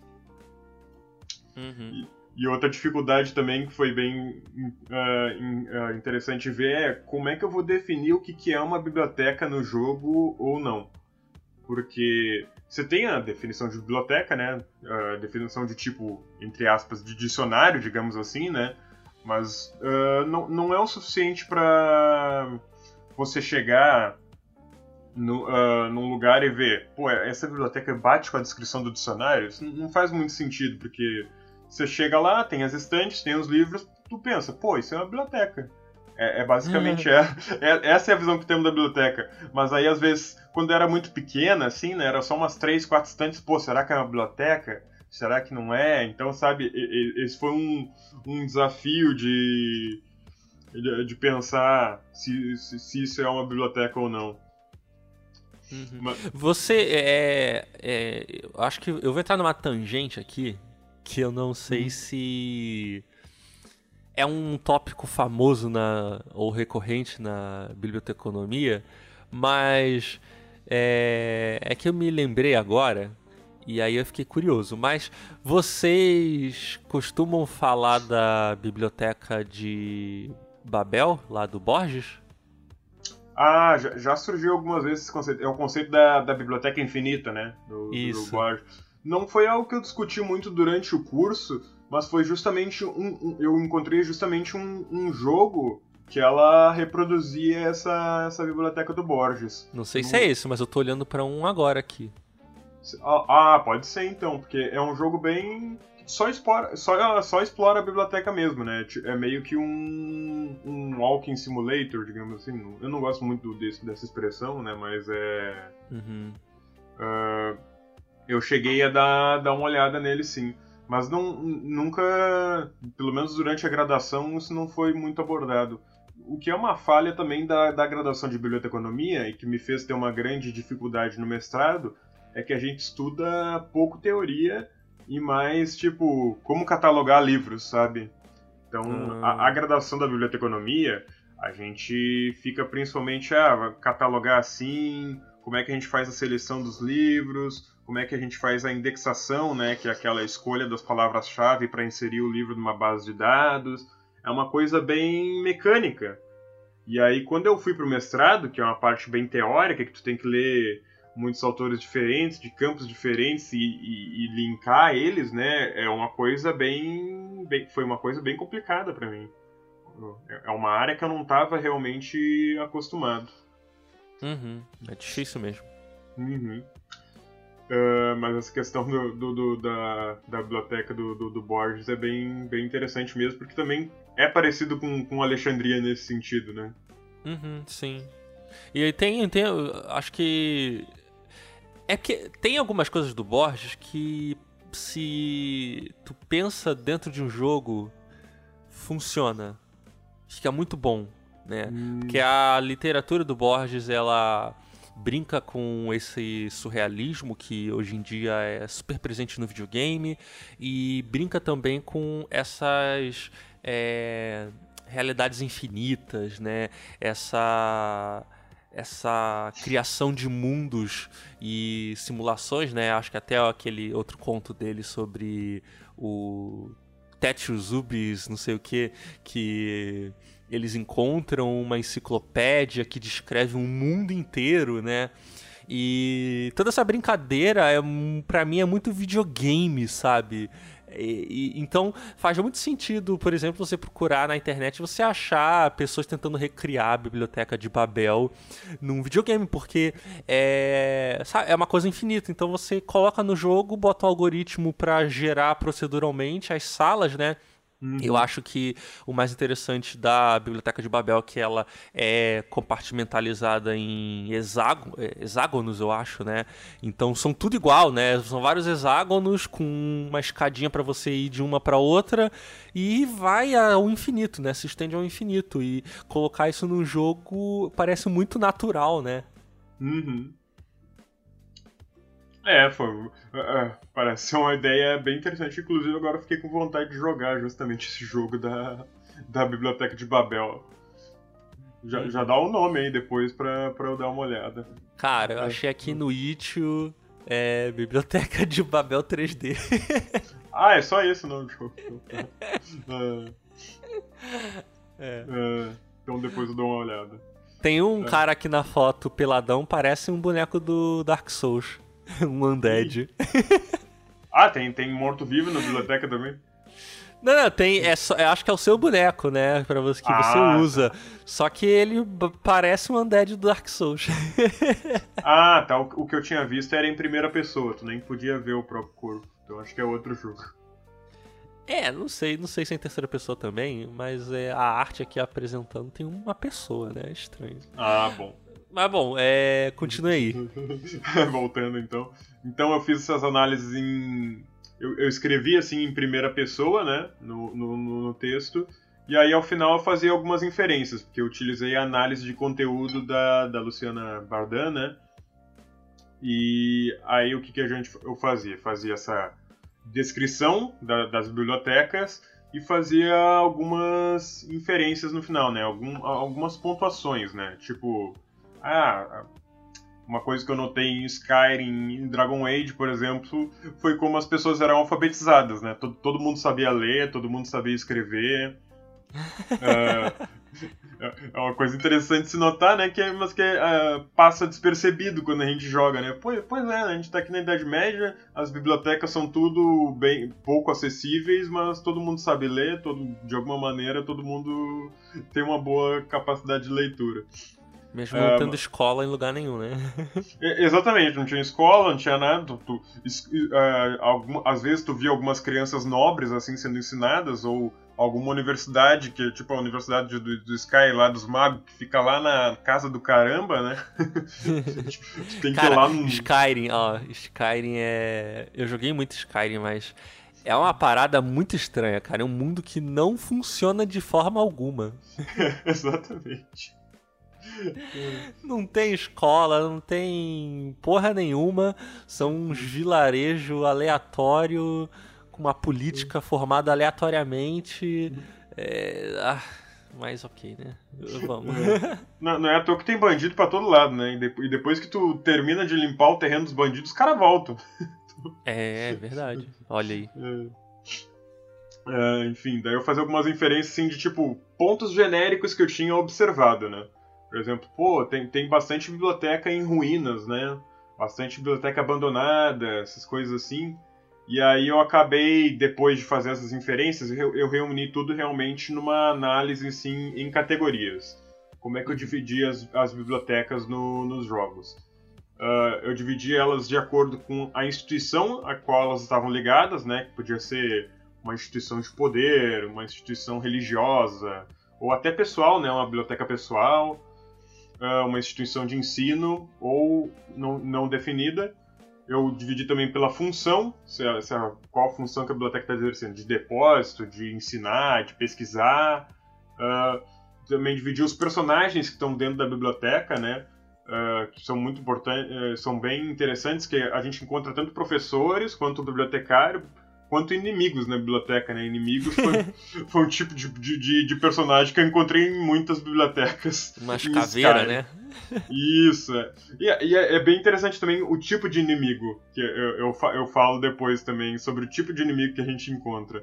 Uhum. E, e outra dificuldade também que foi bem uh, in, uh, interessante ver é como é que eu vou definir o que, que é uma biblioteca no jogo ou não. Porque você tem a definição de biblioteca, né? A definição de tipo, entre aspas, de dicionário, digamos assim, né? Mas uh, não, não é o suficiente para você chegar no, uh, num lugar e ver, pô, essa biblioteca bate com a descrição do dicionário? Isso não faz muito sentido, porque você chega lá, tem as estantes, tem os livros, tu pensa, pô, isso é uma biblioteca. É, é basicamente é, é, essa é a visão que temos da biblioteca. Mas aí, às vezes, quando era muito pequena, assim, né, era só umas três, quatro estantes, pô, será que é uma biblioteca? Será que não é? Então, sabe, esse foi um, um desafio de, de, de pensar se, se, se isso é uma biblioteca ou não. Uhum. Mas... Você, é, é, eu acho que eu vou entrar numa tangente aqui, que eu não sei uhum. se... é um tópico famoso na, ou recorrente na biblioteconomia, mas é, é que eu me lembrei agora, e aí eu fiquei curioso. Mas vocês costumam falar da biblioteca de Babel, lá do Borges? Ah, já, já surgiu algumas vezes esse conceito. É o conceito da, da biblioteca infinita, né? Do, Isso. do Borges. Não foi algo que eu discuti muito durante o curso, mas foi justamente um, um eu encontrei justamente um, um jogo que ela reproduzia essa, essa biblioteca do Borges. Não sei no... se é esse, mas eu tô olhando pra um agora aqui. Ah, pode ser então, porque é um jogo bem... Só explora, só, só explora a biblioteca mesmo, né? É meio que um, um walking simulator, digamos assim. Eu não gosto muito desse, dessa expressão, né? Mas é... Uhum. Uh, eu cheguei a dar, dar uma olhada nele, sim. Mas não, nunca, pelo menos durante a graduação, isso não foi muito abordado. O que é uma falha também da, da graduação de biblioteconomia e que me fez ter uma grande dificuldade no mestrado é que a gente estuda pouco teoria e mais, tipo, como catalogar livros, sabe? Então, hum. a, a graduação da biblioteconomia, a gente fica principalmente a catalogar assim, como é que a gente faz a seleção dos livros, como é que a gente faz a indexação, né, que é aquela escolha das palavras-chave para inserir o livro numa base de dados. É uma coisa bem mecânica. E aí, quando eu fui para o mestrado, que é uma parte bem teórica, que tu tem que ler muitos autores diferentes, de campos diferentes e, e, e linkar eles, né, é uma coisa bem, bem foi uma coisa bem complicada para mim. É uma área que eu não estava realmente acostumado. Uhum, é difícil mesmo. Uhum. Uh, mas essa questão do, do, do, da, da biblioteca do, do, do Borges é bem, bem interessante mesmo, porque também é parecido com, com Alexandria nesse sentido, né? Uhum, sim. E aí tem, tem, acho que... É que tem algumas coisas do Borges que, se tu pensa dentro de um jogo, funciona. Fica muito bom, né? Hum. Porque a literatura do Borges, ela brinca com esse surrealismo que hoje em dia é super presente no videogame e brinca também com essas é, realidades infinitas, né? Essa... essa criação de mundos e simulações, né? Acho que até aquele outro conto dele sobre o Tetruzubis, não sei o que, que eles encontram uma enciclopédia que descreve um mundo inteiro, né? E toda essa brincadeira, é, pra mim, é muito videogame, sabe? E, e, então faz muito sentido, por exemplo, você procurar na internet, você achar pessoas tentando recriar a biblioteca de Babel num videogame, porque é, sabe, é uma coisa infinita. Então você coloca no jogo, bota o algoritmo para gerar proceduralmente as salas, né? Uhum. Eu acho que o mais interessante da Biblioteca de Babel é que ela é compartimentalizada em hexágono, hexágonos, eu acho, né? Então são tudo igual, né? São vários hexágonos com uma escadinha para você ir de uma para outra e vai ao infinito, né? Se estende ao infinito. E colocar isso num jogo parece muito natural, né? Uhum. É, foi. Uh, uh, parece ser uma ideia bem interessante. Inclusive, agora eu fiquei com vontade de jogar justamente esse jogo da, da Biblioteca de Babel. Já, Uhum. já dá o um nome aí depois pra, pra eu dar uma olhada. Cara, eu achei aqui no itch.io é, Biblioteca de Babel três D. Ah, é só isso, não, jogo. uh, É. uh, então depois eu dou uma olhada. Tem um É. cara aqui na foto peladão, parece um boneco do Dark Souls. Um undead. Ah, tem, tem morto-vivo na biblioteca também? Não, não, tem. É só, eu acho que é o seu boneco, né? Pra você, que você Ah, usa. tá. Só que ele b- parece um undead do Dark Souls. Ah, tá. O, o que eu tinha visto era em primeira pessoa, tu nem podia ver o próprio corpo. Então acho que é outro jogo. É, não sei, não sei se é em terceira pessoa também, mas é, a arte aqui apresentando tem uma pessoa, né? Estranho. Ah, bom. Mas bom, é. Continue aí. Voltando então. Então eu fiz essas análises em. Eu, eu escrevi assim em primeira pessoa, né? No, no, no texto. E aí ao final eu fazia algumas inferências, porque eu utilizei a análise de conteúdo da, da Luciana Bardan, né? E aí o que, que a gente eu fazia? Fazia essa descrição da, das bibliotecas e fazia algumas inferências no final, né? Algum, algumas pontuações, né? Tipo, ah, uma coisa que eu notei em Skyrim, em Dragon Age, por exemplo, foi como as pessoas eram alfabetizadas, né? Todo, todo mundo sabia ler, todo mundo sabia escrever. uh, é uma coisa interessante de se notar, né? Que, mas que uh, passa despercebido quando a gente joga, né? Pois, pois é, a gente tá aqui na Idade Média, as bibliotecas são tudo bem pouco acessíveis, mas todo mundo sabe ler, todo, de alguma maneira todo mundo tem uma boa capacidade de leitura. Mesmo não Uh, tendo escola em lugar nenhum, né? Exatamente, não tinha escola, não tinha nada. Tu, tu, uh, algum, às vezes tu via algumas crianças nobres assim sendo ensinadas, ou alguma universidade, que tipo a Universidade do, do Sky lá dos Magos, que fica lá na casa do caramba, né? Tem Cara, que ir lá no... Skyrim, ó, Skyrim é. Eu joguei muito Skyrim, mas é uma parada muito estranha, cara. É um mundo que não funciona de forma alguma. Exatamente. Não tem escola, não tem porra nenhuma. São uns vilarejo aleatório, com uma política formada aleatoriamente. É... Ah, mas ok, né? Vamos. É. Não, não é à toa que tem bandido pra todo lado, né? E depois que tu termina de limpar o terreno dos bandidos, os caras voltam. É, é verdade. Olha aí. É. É, enfim, daí eu fazia algumas inferências assim de tipo pontos genéricos que eu tinha observado, né? Por exemplo, pô, tem, tem bastante biblioteca em ruínas, né? Bastante biblioteca abandonada, essas coisas assim. E aí eu acabei, depois de fazer essas inferências, eu, eu reuni tudo realmente numa análise assim, em categorias. Como é que eu dividi as, as bibliotecas no, nos jogos? Uh, eu dividi elas de acordo com a instituição a qual elas estavam ligadas, né? Que podia ser uma instituição de poder, uma instituição religiosa, ou até pessoal, né? Uma biblioteca pessoal, uh, uma instituição de ensino, ou não, não definida. Eu dividi também pela função, se a, se a, qual a função que a biblioteca está exercendo, de depósito, de ensinar, de pesquisar. Uh, também dividi os personagens que estão dentro da biblioteca, né? Uh, que são muito importantes, uh, são bem interessantes, que a gente encontra tanto professores quanto bibliotecário, quanto inimigos na biblioteca, né? Inimigos foi, foi um tipo de, de, de personagem que eu encontrei em muitas bibliotecas. Umas caveiras, né? Isso, é. E, e é, é bem interessante também o tipo de inimigo, que eu, eu, eu falo depois também, sobre o tipo de inimigo que a gente encontra.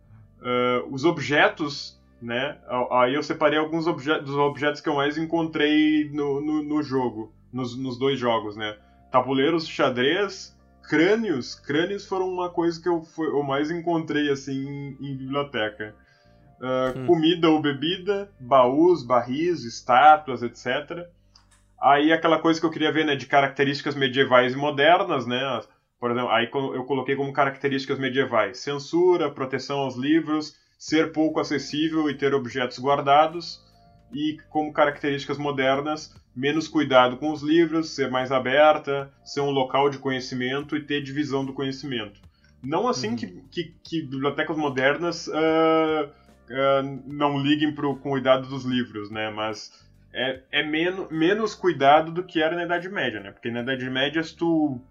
Uh, os objetos, né? Aí eu separei alguns obje dos objetos que eu mais encontrei no, no, no jogo, nos, nos dois jogos, né? Tabuleiros de xadrez, crânios. Crânios foram uma coisa que eu, foi, eu mais encontrei, assim, em, em biblioteca. Uh, hum. Comida ou bebida, baús, barris, estátuas, etcétera. Aí aquela coisa que eu queria ver, né, de características medievais e modernas, né? Por exemplo, aí eu coloquei como características medievais: censura, proteção aos livros, ser pouco acessível e ter objetos guardados. E como características modernas, menos cuidado com os livros, ser mais aberta, ser um local de conhecimento e ter divisão do conhecimento. Não assim uhum. que, que, que bibliotecas modernas uh, uh, não liguem para o cuidado dos livros, né? Mas é, é menos, menos cuidado do que era na Idade Média, né? Porque na Idade Média, se tu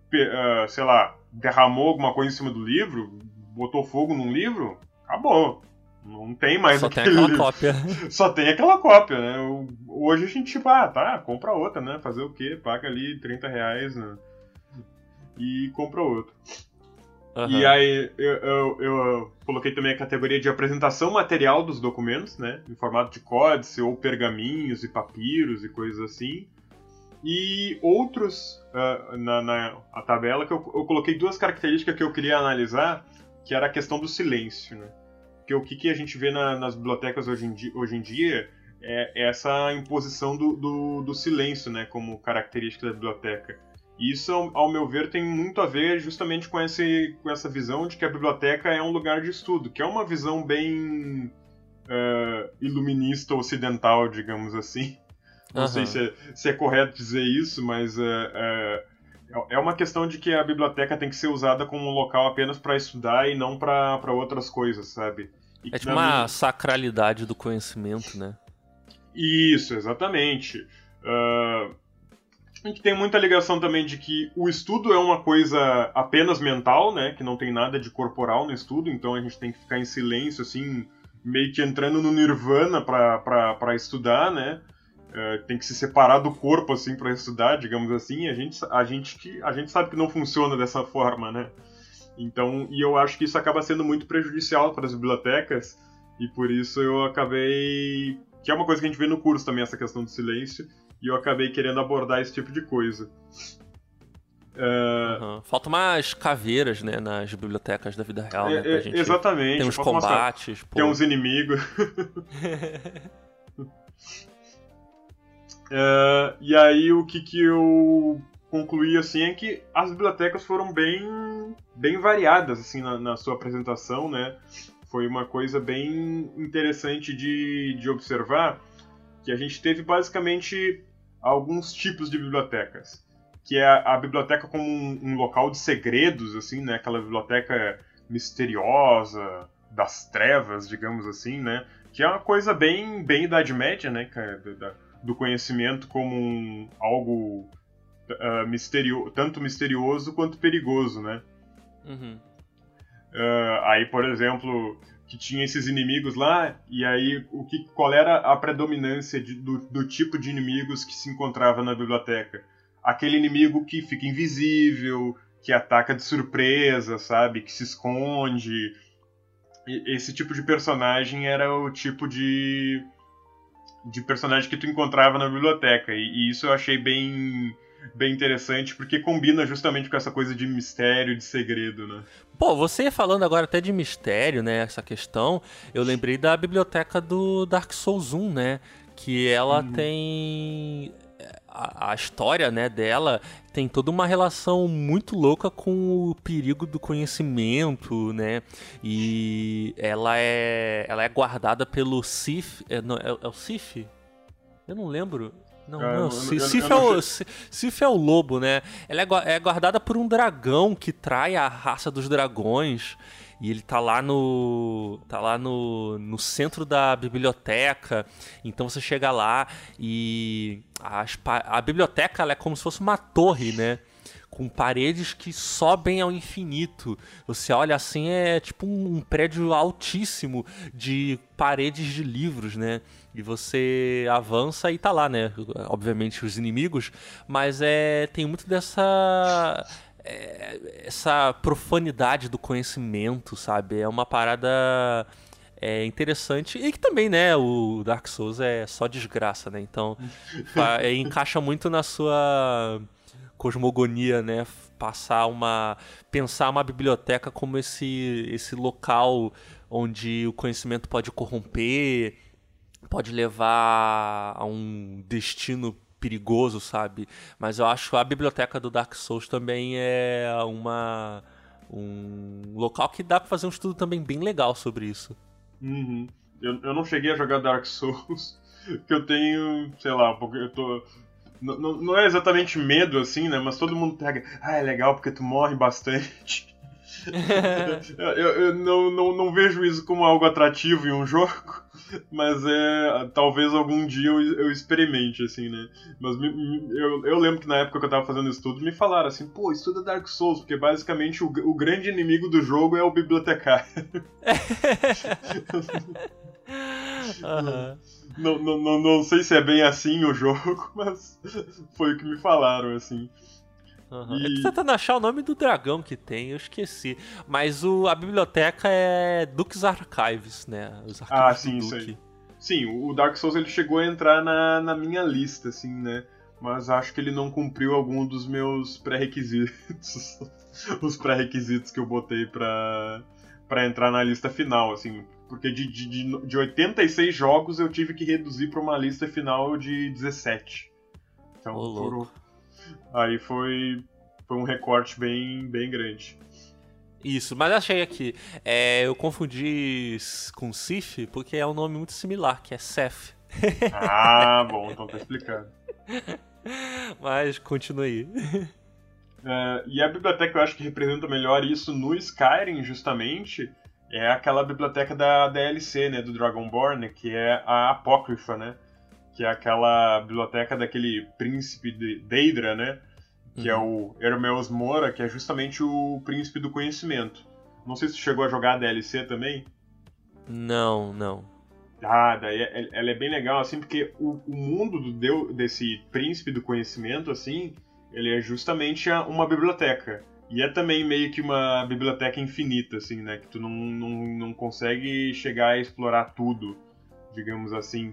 uh, sei lá, derramou alguma coisa em cima do livro, botou fogo num livro, acabou. Não tem mais Só aquele tem aquela livro. cópia. Só tem aquela cópia, né? Hoje a gente, tipo, ah, tá, compra outra, né? Fazer o quê? Paga ali trinta reais, né? E compra outra. Uhum. E aí eu, eu, eu coloquei também a categoria de apresentação material dos documentos, né? Em formato de códice ou pergaminhos e papiros e coisas assim. E outros, uh, na, na a tabela, que eu, eu coloquei duas características que eu queria analisar, que era a questão do silêncio, né? Porque o que, que a gente vê na, nas bibliotecas hoje em dia, hoje em dia é essa imposição do, do, do silêncio, né? Como característica da biblioteca. E isso, ao meu ver, tem muito a ver justamente com, esse, com essa visão de que a biblioteca é um lugar de estudo, que é uma visão bem uh, iluminista ocidental, digamos assim. Não uhum. sei se é, se é correto dizer isso, mas uh, uh, é uma questão de que a biblioteca tem que ser usada como um local apenas para estudar e não para outras coisas, sabe? E é tipo uma minha... sacralidade do conhecimento, né? Isso, exatamente. Uh, E que tem muita ligação também de que o estudo é uma coisa apenas mental, né? Que não tem nada de corporal no estudo, então a gente tem que ficar em silêncio, assim, meio que entrando no nirvana para estudar, né? Uh, tem que se separar do corpo, assim, para estudar, digamos assim. A gente, a, gente, a gente sabe que não funciona dessa forma, né? Então, e eu acho que isso acaba sendo muito prejudicial para as bibliotecas, e por isso eu acabei... Que é uma coisa que a gente vê no curso também, essa questão do silêncio. E eu acabei querendo abordar esse tipo de coisa. Uh... Uhum. Faltam umas caveiras, né, nas bibliotecas da vida real, é, né? Pra gente... Exatamente. Tem uns combates. Tem uns inimigos. uh, e aí o que, que eu concluí assim é que as bibliotecas foram bem, bem variadas assim, na, na sua apresentação, né? Foi uma coisa bem interessante de, de observar, que a gente teve basicamente alguns tipos de bibliotecas, que é a, a biblioteca como um, um local de segredos, assim, né? Aquela biblioteca misteriosa, das trevas, digamos assim, né? Que é uma coisa bem, bem Idade Média, né? Do, do conhecimento como um, algo uh, misterio, tanto misterioso quanto perigoso, né? Uhum. Uh, aí, por exemplo, que tinha esses inimigos lá, e aí o que, qual era a predominância de, do, do tipo de inimigos que se encontrava na biblioteca? Aquele inimigo que fica invisível, que ataca de surpresa, sabe? Que se esconde. E, esse tipo de personagem era o tipo de, de personagem que tu encontrava na biblioteca, e, e isso eu achei bem... bem interessante, porque combina justamente com essa coisa de mistério, de segredo, né? Pô, você falando agora até de mistério, né, essa questão, eu lembrei da biblioteca do Dark Souls um, né, que ela uhum. tem... A, a história, né, dela tem toda uma relação muito louca com o perigo do conhecimento, né, e ela é, ela é guardada pelo Sif... É, não, é, é o Sif? Eu não lembro... Não, ah, não, eu, Sif, eu, eu, é o, eu Sif é o lobo, né? Ela é, é guardada por um dragão que trai a raça dos dragões. E ele tá lá no. tá lá no, no centro da biblioteca. Então você chega lá e. A, a biblioteca ela é como se fosse uma torre, né? Com paredes que sobem ao infinito. Você olha assim, é tipo um, um prédio altíssimo de paredes de livros, né? E você avança e tá lá, né? Obviamente os inimigos, mas é, tem muito dessa... É, essa profanidade do conhecimento, sabe? É uma parada... É interessante, e que também, né, o Dark Souls é só desgraça, né? Então, é, encaixa muito na sua cosmogonia, né? Passar uma... Pensar uma biblioteca como esse, esse local onde o conhecimento pode corromper, pode levar a um destino perigoso, sabe? Mas eu acho que a biblioteca do Dark Souls também é uma... um local que dá pra fazer um estudo também bem legal sobre isso. Uhum. Eu, eu não cheguei a jogar Dark Souls, que eu tenho, sei lá, porque eu tô... Não, não é exatamente medo, assim, né? Mas todo mundo pega, ah, é legal porque tu morre bastante. eu eu não, não, não vejo isso como algo atrativo em um jogo, mas é talvez algum dia eu, eu experimente, assim, né? Mas me, me, eu, eu lembro que na época que eu tava fazendo estudo, me falaram assim, pô, estuda Dark Souls, porque basicamente o, o grande inimigo do jogo é o bibliotecário. Uhum. Não, não, não, não sei se é bem assim o jogo, mas foi o que me falaram, assim. Uhum. E... Eu tô tentando achar o nome do dragão que tem, eu esqueci. Mas o, a biblioteca é Duke's Archives, né? Os arquivos Ah, do sim, isso Duke. aí. Sim, o Dark Souls ele chegou a entrar na, na minha lista, assim, né? Mas acho que ele não cumpriu algum dos meus pré-requisitos. Os pré-requisitos que eu botei pra, pra entrar na lista final, assim. Porque de, de, de, de oitenta e seis jogos eu tive que reduzir pra uma lista final de dezessete. Então, Ô, louco. foram... Aí foi, foi um recorte bem, bem grande. Isso, mas achei aqui. É, eu confundi com Sif porque é um nome muito similar, que é Seth. Ah, bom, então tá explicado. Mas continua aí. Uh, e a biblioteca que eu acho que representa melhor isso no Skyrim, justamente, é aquela biblioteca da D L C, né, do Dragonborn, que é a Apócrifa, né? Que é aquela biblioteca daquele príncipe de Deidra, né? Que uhum. é o Hermeus Mora, que é justamente o príncipe do conhecimento. Não sei se tu chegou a jogar a D L C também. Não, não. Ah, daí ela é bem legal, assim, porque o, o mundo do deu, desse príncipe do conhecimento, assim, ele é justamente uma biblioteca. E é também meio que uma biblioteca infinita, assim, né? Que tu não, não, não consegue chegar a explorar tudo, digamos assim.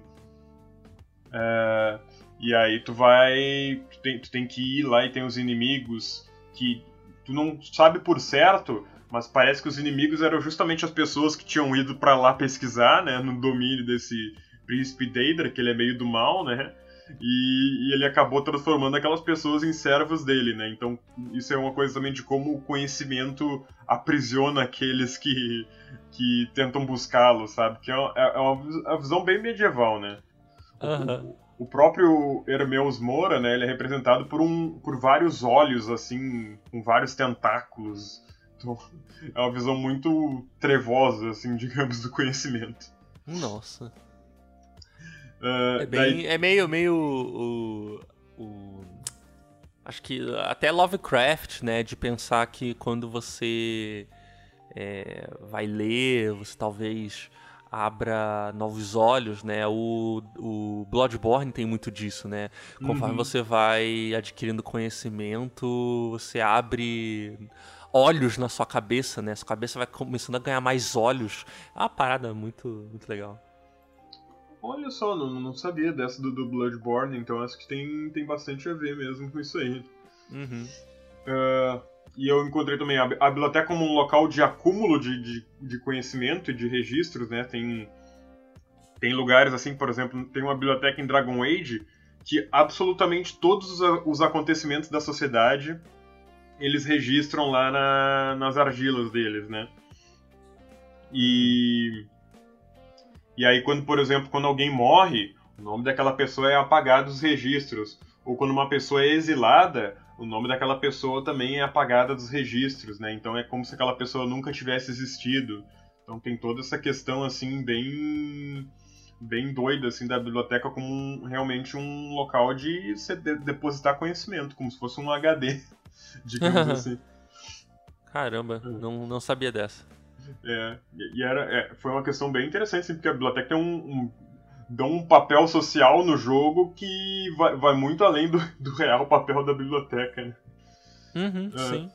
É, e aí tu vai... Tu tem, tu tem que ir lá e tem os inimigos que tu não sabe por certo, mas parece que os inimigos eram justamente as pessoas que tinham ido pra lá pesquisar, né? No domínio desse príncipe Deidra, que ele é meio do mal, né? E, e ele acabou transformando aquelas pessoas em servos dele, né? Então isso é uma coisa também de como o conhecimento aprisiona aqueles que, que tentam buscá-lo, sabe? Que é uma, é uma visão bem medieval, né? Uhum. O, o próprio Hermeus Mora, né? Ele é representado por, um, por vários olhos, assim, com vários tentáculos. Então, é uma visão muito trevosa, assim, digamos, do conhecimento. Nossa. Uh, é, bem, daí... é meio, meio o, o... Acho que até Lovecraft, né? De pensar que quando você é, vai ler, você talvez abra novos olhos, né? O, o Bloodborne tem muito disso, né? Conforme uhum. você vai adquirindo conhecimento, você abre olhos na sua cabeça, né? Sua cabeça vai começando a ganhar mais olhos. É uma parada muito, muito legal. Olha só, não, não sabia dessa do, do Bloodborne, então acho que tem, tem bastante a ver mesmo com isso aí. Uhum. Uh, e eu encontrei também a, a biblioteca como um local de acúmulo de, de, de conhecimento e de registros, né? Tem, tem lugares assim, por exemplo, tem uma biblioteca em Dragon Age que absolutamente todos os, os acontecimentos da sociedade eles registram lá na, nas argilas deles, né? E... E aí, quando, por exemplo, quando alguém morre, o nome daquela pessoa é apagado dos registros. Ou quando uma pessoa é exilada, o nome daquela pessoa também é apagada dos registros, né? Então é como se aquela pessoa nunca tivesse existido. Então tem toda essa questão, assim, bem... bem doida, assim, da biblioteca como um, realmente um local de se de- depositar conhecimento, como se fosse um H D, digamos assim. Caramba, não, não sabia dessa. É, e era, é, foi uma questão bem interessante, assim, porque a biblioteca tem um, um, dá um papel social no jogo que vai, vai muito além do, do real papel da biblioteca, né? Uhum, é, sim.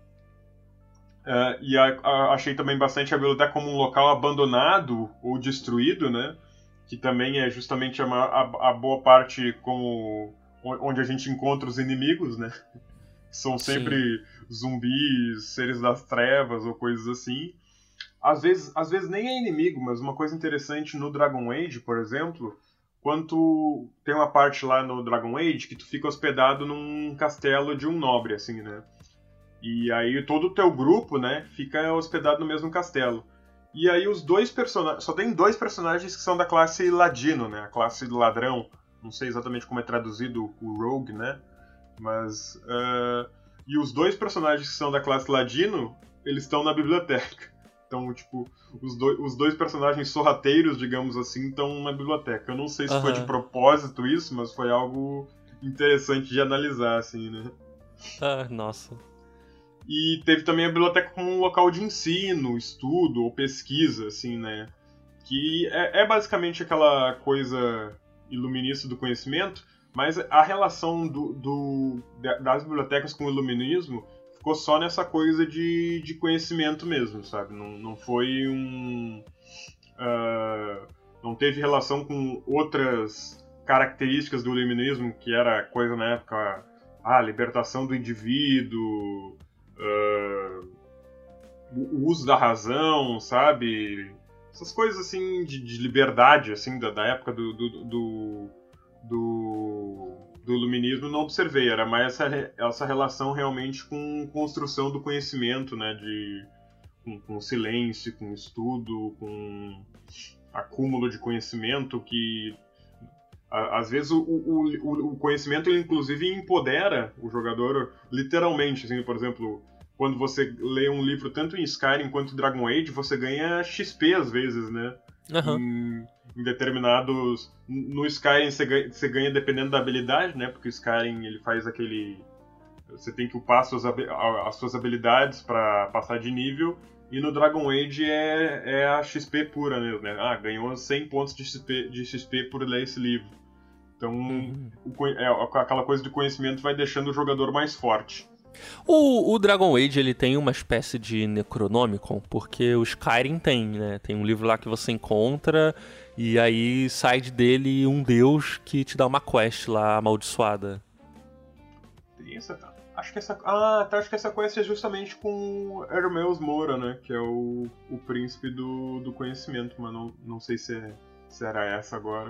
É, e a, a, achei também bastante a biblioteca como um local abandonado ou destruído, né? Que também é justamente a, a, a boa parte como onde a gente encontra os inimigos, né? São sempre sim. zumbis, seres das trevas ou coisas assim. Às vezes, às vezes nem é inimigo, mas uma coisa interessante no Dragon Age, por exemplo, quando tu tem uma parte lá no Dragon Age que tu fica hospedado num castelo de um nobre, assim, né? E aí todo o teu grupo, né, fica hospedado no mesmo castelo. E aí os dois personagens... Só tem dois personagens que são da classe ladino, né? A classe do ladrão. Não sei exatamente como é traduzido o rogue, né? Mas... Uh... E os dois personagens que são da classe ladino... eles estão na biblioteca. Então, tipo, os, do, os dois personagens sorrateiros, digamos assim, estão na biblioteca. Eu não sei se uhum. foi de propósito isso, mas foi algo interessante de analisar, assim, né? Ah, nossa. E teve também a biblioteca como um local de ensino, estudo ou pesquisa, assim, né? Que é, é basicamente aquela coisa iluminista do conhecimento, mas a relação do, do, das bibliotecas com o iluminismo ficou só nessa coisa de, de conhecimento mesmo, sabe? Não, não foi um... Uh, não teve relação com outras características do iluminismo, que era coisa na época... Ah, libertação do indivíduo... Uh, o uso da razão, sabe? Essas coisas, assim, de, de liberdade, assim, da, da época do... do, do, do do iluminismo não observei, era mais essa, essa relação realmente com construção do conhecimento, né, de, com, com silêncio, com estudo, com acúmulo de conhecimento, que a, às vezes o, o, o conhecimento ele inclusive empodera o jogador literalmente, assim, por exemplo, quando você lê um livro tanto em Skyrim quanto em Dragon Age, você ganha X P às vezes, né? Uhum. Em, em determinados... No Skyrim você ganha, você ganha dependendo da habilidade, né? Porque o Skyrim ele faz aquele... Você tem que upar as suas, as suas habilidades para passar de nível. E no Dragon Age é, é a X P pura mesmo, né? Ah, ganhou cem pontos de X P, de X P por ler esse livro. Então, uhum. o, é, aquela coisa de conhecimento vai deixando o jogador mais forte. O, o Dragon Age, ele tem uma espécie de Necronomicon, porque o Skyrim tem, né? Tem um livro lá que você encontra e aí sai dele um deus que te dá uma quest lá amaldiçoada. Tem essa... Acho que essa... Ah, tá, acho que essa quest é justamente com Hermeus Moura, né? Que é o, o príncipe do, do conhecimento, mas não, não sei se, é, se era essa agora.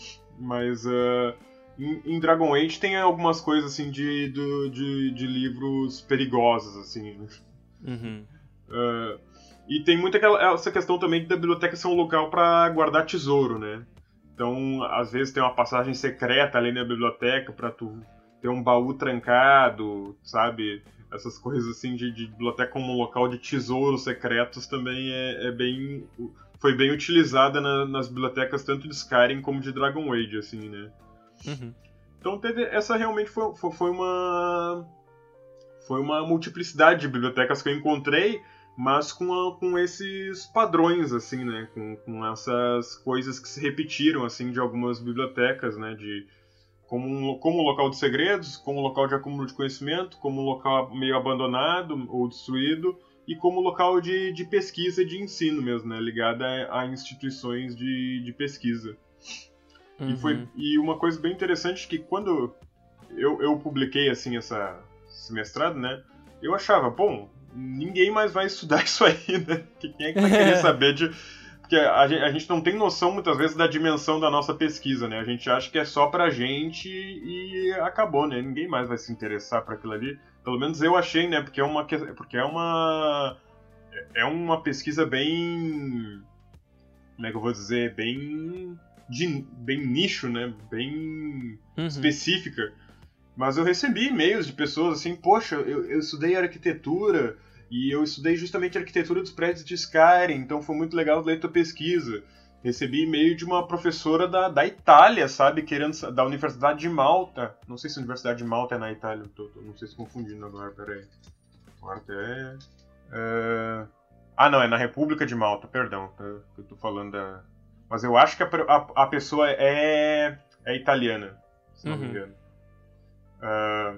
Mas... Uh... Em, em Dragon Age tem algumas coisas assim de, de, de, de livros perigosos, assim, né? Uhum. Uh, e tem muita aquela, essa questão também da biblioteca ser um local para guardar tesouro, né? Então, às vezes tem uma passagem secreta ali na biblioteca para tu ter um baú trancado, sabe? Essas coisas assim de, de biblioteca como um local de tesouros secretos também é, é bem... Foi bem utilizada na, nas bibliotecas tanto de Skyrim como de Dragon Age, assim, né? Uhum. Então teve essa realmente foi, foi, foi uma foi uma multiplicidade de bibliotecas que eu encontrei, mas com, a, com esses padrões assim, né, com, com essas coisas que se repetiram assim de algumas bibliotecas, né, de como um, como um local de segredos, como um local de acúmulo de conhecimento, como um local meio abandonado ou destruído e como local de, de pesquisa e de ensino mesmo, né, ligada a, a instituições de, de pesquisa. Uhum. E, foi, e uma coisa bem interessante que quando eu, eu publiquei assim essa, esse mestrado, né, eu achava, bom, ninguém mais vai estudar isso aí, né? Quem é que vai querer saber de... Porque a gente, a gente não tem noção muitas vezes da dimensão da nossa pesquisa, né? A gente acha que é só pra gente e acabou, né? Ninguém mais vai se interessar por aquilo ali. Pelo menos eu achei, né? Porque é uma, porque é uma, é uma pesquisa bem... Como é que eu vou dizer? Bem... De, bem nicho, né? Bem uhum. específica. Mas eu recebi e-mails de pessoas assim, poxa, eu, eu estudei arquitetura e eu estudei justamente a arquitetura dos prédios de Skyrim, então foi muito legal ler tua pesquisa. Recebi e-mail de uma professora da, da Itália, sabe, querendo, da Universidade de Malta. Não sei se a Universidade de Malta é na Itália, tô, tô, não sei se confundindo agora, peraí. Malta é... é... Ah, não, é na República de Malta, perdão, tá, eu tô falando da... Mas eu acho que a, a, a pessoa é, é italiana, se não uhum. me engano. Uh...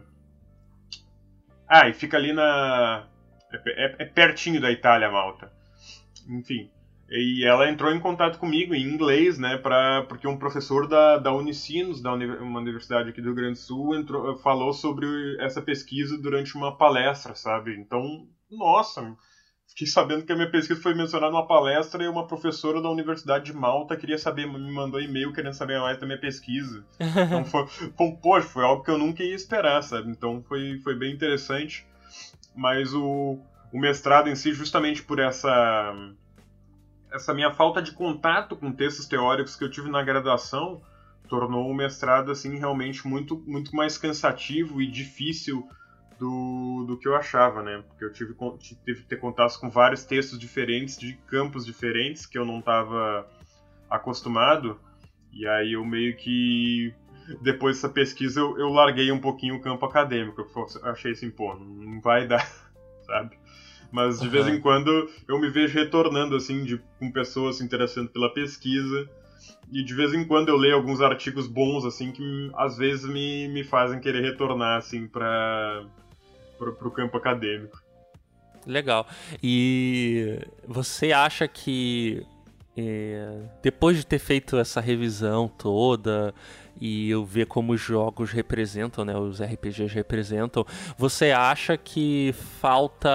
Ah, e fica ali na... É, é, é pertinho da Itália, Malta. Enfim. E ela entrou em contato comigo em inglês, né? Pra, porque um professor da, da Unicinos, da uni, uma universidade aqui do Rio Grande do Sul, entrou, falou sobre essa pesquisa durante uma palestra, sabe? Então, nossa... Fiquei sabendo que a minha pesquisa foi mencionada numa palestra e uma professora da Universidade de Malta queria saber, me mandou e-mail querendo saber mais da minha pesquisa. Então foi, foi, poxa, foi algo que eu nunca ia esperar, sabe? Então foi, foi bem interessante. Mas o, o mestrado em si, justamente por essa, essa minha falta de contato com textos teóricos que eu tive na graduação, tornou o mestrado assim, realmente muito, muito mais cansativo e difícil do, do que eu achava, né? Porque eu tive, tive que ter contato com vários textos diferentes, de campos diferentes, que eu não estava acostumado. E aí eu meio que, depois dessa pesquisa, eu, eu larguei um pouquinho o campo acadêmico. Eu achei assim, pô, não vai dar, sabe? Mas de uhum. vez em quando eu me vejo retornando, assim, de, com pessoas se interessando pela pesquisa. E de vez em quando eu leio alguns artigos bons, assim, que às vezes me, me fazem querer retornar, assim, para o campo acadêmico. Legal. E você acha que, é, depois de ter feito essa revisão toda e eu ver como os jogos representam, né, os R P Gs representam, você acha que falta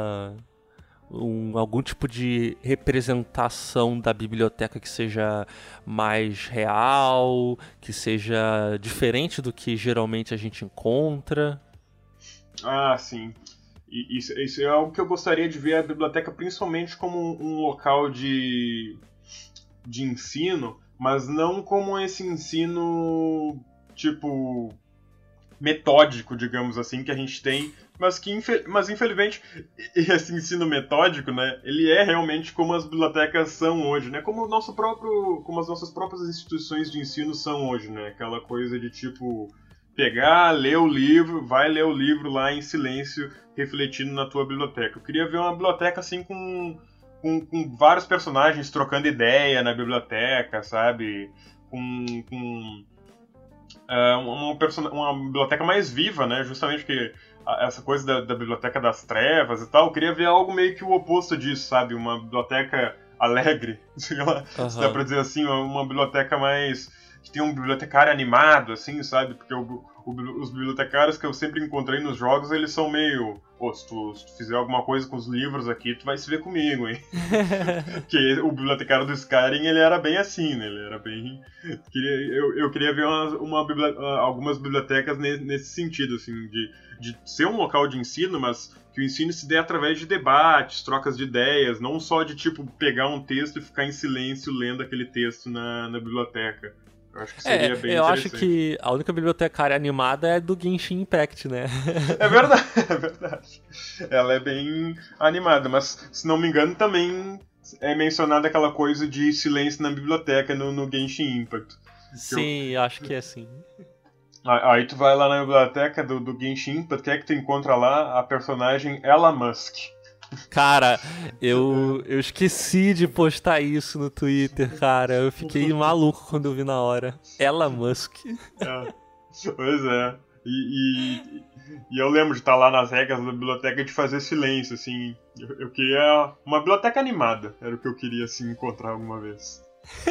Um, algum tipo de representação da biblioteca que seja mais real, que seja diferente do que geralmente a gente encontra? Ah, sim. E isso, isso é algo que eu gostaria de ver a biblioteca principalmente como um, um local de, de ensino, mas não como esse ensino, tipo, metódico, digamos assim, que a gente tem, mas que mas infelizmente esse ensino metódico, né, ele é realmente como as bibliotecas são hoje, né, como o nosso próprio, como as nossas próprias instituições de ensino são hoje, né, aquela coisa de tipo pegar, ler o livro, vai ler o livro lá em silêncio, refletindo na tua biblioteca. Eu queria ver uma biblioteca assim com com, com vários personagens trocando ideia na biblioteca, sabe, com, com Uh, uma, uma biblioteca mais viva, né? Justamente porque essa coisa da, da biblioteca das trevas e tal, eu queria ver algo meio que o oposto disso, sabe? Uma biblioteca alegre, sei lá, uhum. se dá pra dizer assim, uma biblioteca mais... que tem um bibliotecário animado, assim, sabe? Porque o, o, os bibliotecários que eu sempre encontrei nos jogos, eles são meio... Pô, se tu, se tu fizer alguma coisa com os livros aqui, tu vai se ver comigo, hein? Porque o bibliotecário do Skyrim, ele era bem assim, né? Ele era bem... Queria, eu, eu queria ver uma, uma bibli... algumas bibliotecas nesse sentido, assim, de, de ser um local de ensino, mas que o ensino se dê através de debates, trocas de ideias, não só de, tipo, pegar um texto e ficar em silêncio lendo aquele texto na, na biblioteca. Eu acho que seria é, bem eu acho que a única bibliotecária animada é do Genshin Impact, né? É verdade, é verdade. Ela é bem animada, mas se não me engano também é mencionada aquela coisa de silêncio na biblioteca no, no Genshin Impact. Sim, eu... acho que é assim. Aí tu vai lá na biblioteca do, do Genshin Impact, que é que tu encontra lá a personagem Elon Musk. Cara, eu, eu esqueci de postar isso no Twitter, cara. Eu fiquei maluco quando eu vi na hora. Elon Musk. É, pois é. E, e, e eu lembro de estar lá nas regras da biblioteca de fazer silêncio, assim. Eu, eu queria uma biblioteca animada. Era o que eu queria, assim, encontrar alguma vez.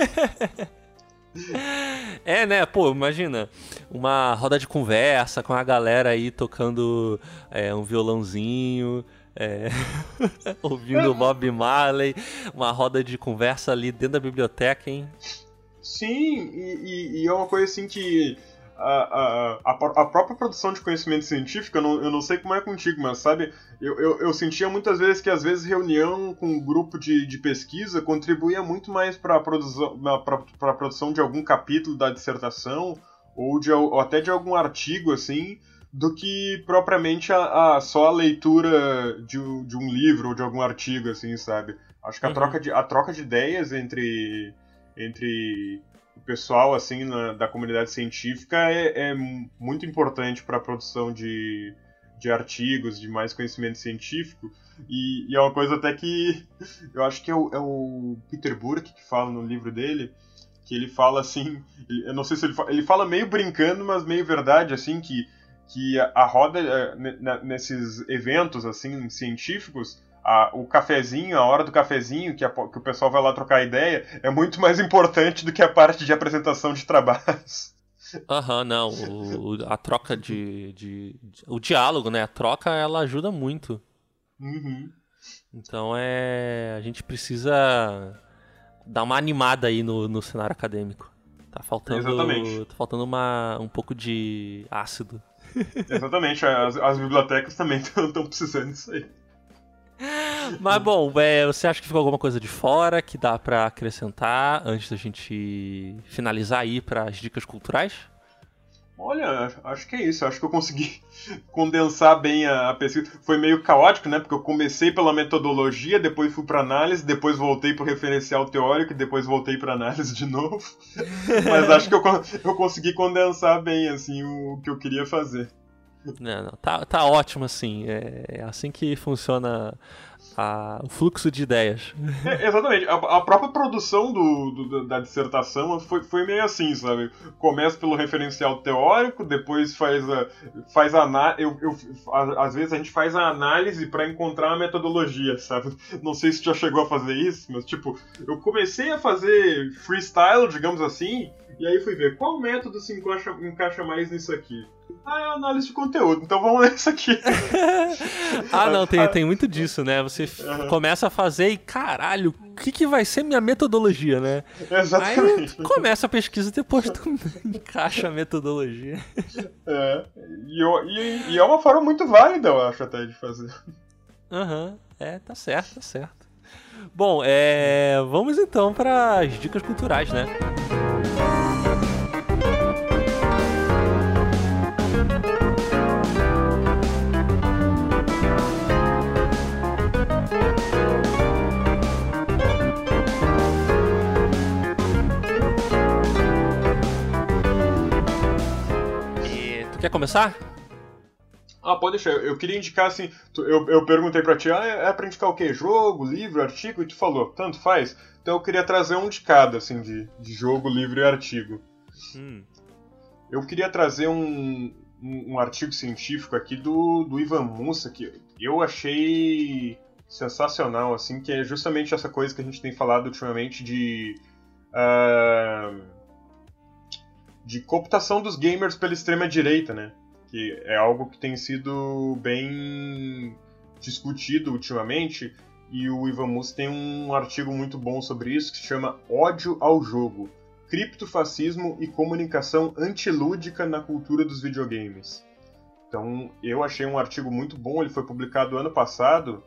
É, né? Pô, imagina uma roda de conversa com a galera aí tocando é, um violãozinho... É, ouvindo o Bob Marley, uma roda de conversa ali dentro da biblioteca, hein? Sim, e, e, e é uma coisa assim que a, a, a própria produção de conhecimento científico, eu não, eu não sei como é contigo, mas sabe, eu, eu, eu sentia muitas vezes que às vezes reunião com um grupo de, de pesquisa contribuía muito mais para a produção, para a produção de algum capítulo da dissertação ou, de, ou até de algum artigo, assim, do que propriamente a, a, só a leitura de, de um livro ou de algum artigo, assim, sabe? Acho que a, uhum. troca, de, a troca de ideias entre, entre o pessoal, assim, na, da comunidade científica é, é muito importante para a produção de, de artigos, de mais conhecimento científico. E, e é uma coisa até que eu acho que é o, é o Peter Burke que fala no livro dele, que ele fala assim, eu não sei se ele fala, ele fala meio brincando, mas meio verdade, assim, que que a roda, nesses eventos assim científicos, a, o cafezinho, a hora do cafezinho, que, a, que o pessoal vai lá trocar ideia, é muito mais importante do que a parte de apresentação de trabalhos. Aham, uhum, não, o, a troca de, de, de... o diálogo, né, a troca, ela ajuda muito. Uhum. Então é... a gente precisa dar uma animada aí no, no cenário acadêmico. Tá faltando, Exatamente. Tá faltando uma, um pouco de ácido. Exatamente, as, as bibliotecas também estão precisando disso aí. Mas bom, é, você acha que ficou alguma coisa de fora que dá pra acrescentar antes da gente finalizar aí para as dicas culturais? Olha, acho que é isso. Acho que eu consegui condensar bem a, a pesquisa. Foi meio caótico, né? Porque eu comecei pela metodologia, depois fui para análise, depois voltei para o referencial teórico e depois voltei para análise de novo. Mas acho que eu, eu consegui condensar bem assim o que eu queria fazer. Não, não, tá, tá ótimo assim. É, é assim que funciona a, o fluxo de ideias. É, exatamente. A, a própria produção do, do, da dissertação foi, foi meio assim, sabe? Começa pelo referencial teórico, depois faz a, faz a eu, eu, a, às vezes a gente faz a análise para encontrar a metodologia, sabe? Não sei se já chegou a fazer isso, mas tipo, eu comecei a fazer freestyle, digamos assim, e aí fui ver qual método se encaixa, encaixa mais nisso aqui. Ah, é a análise de conteúdo, então vamos ler isso aqui. Ah, não, tem, tem muito disso, né? Você uhum. começa a fazer e, caralho, o que, que vai ser minha metodologia, né? Exatamente. Aí começa a pesquisa e depois tu encaixa a metodologia. É, e, eu, e, e é uma forma muito válida, eu acho, até, de fazer. Aham, uhum, é, tá certo, tá certo. Bom, é, vamos então para as dicas culturais, né? Quer começar? Ah, pode deixar. Eu queria indicar assim. Eu, eu perguntei pra ti, ah, é pra indicar o quê? Jogo, livro, artigo? E tu falou, tanto faz. Então eu queria trazer um de cada, assim, de, de jogo, livro e artigo. Hum. Eu queria trazer um, um, um artigo científico aqui do, do Ivan Musa, que eu achei sensacional, assim, que é justamente essa coisa que a gente tem falado ultimamente de. Uh, de cooptação dos gamers pela extrema-direita, né? Que é algo que tem sido bem discutido ultimamente, e o Ivan Musa tem um artigo muito bom sobre isso, que se chama Ódio ao Jogo, Criptofascismo e Comunicação Antilúdica na Cultura dos Videogames. Então, eu achei um artigo muito bom, ele foi publicado ano passado,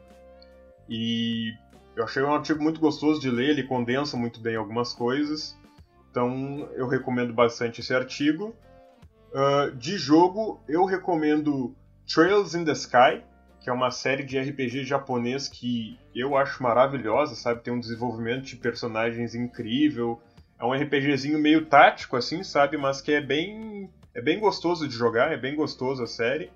e eu achei um artigo muito gostoso de ler, ele condensa muito bem algumas coisas. Então, eu recomendo bastante esse artigo. Uh, de jogo, eu recomendo Trails in the Sky, que é uma série de R P G japonês que eu acho maravilhosa, sabe? Tem um desenvolvimento de personagens incrível. É um RPGzinho meio tático, assim, sabe? Mas que é bem, é bem gostoso de jogar, é bem gostoso a série.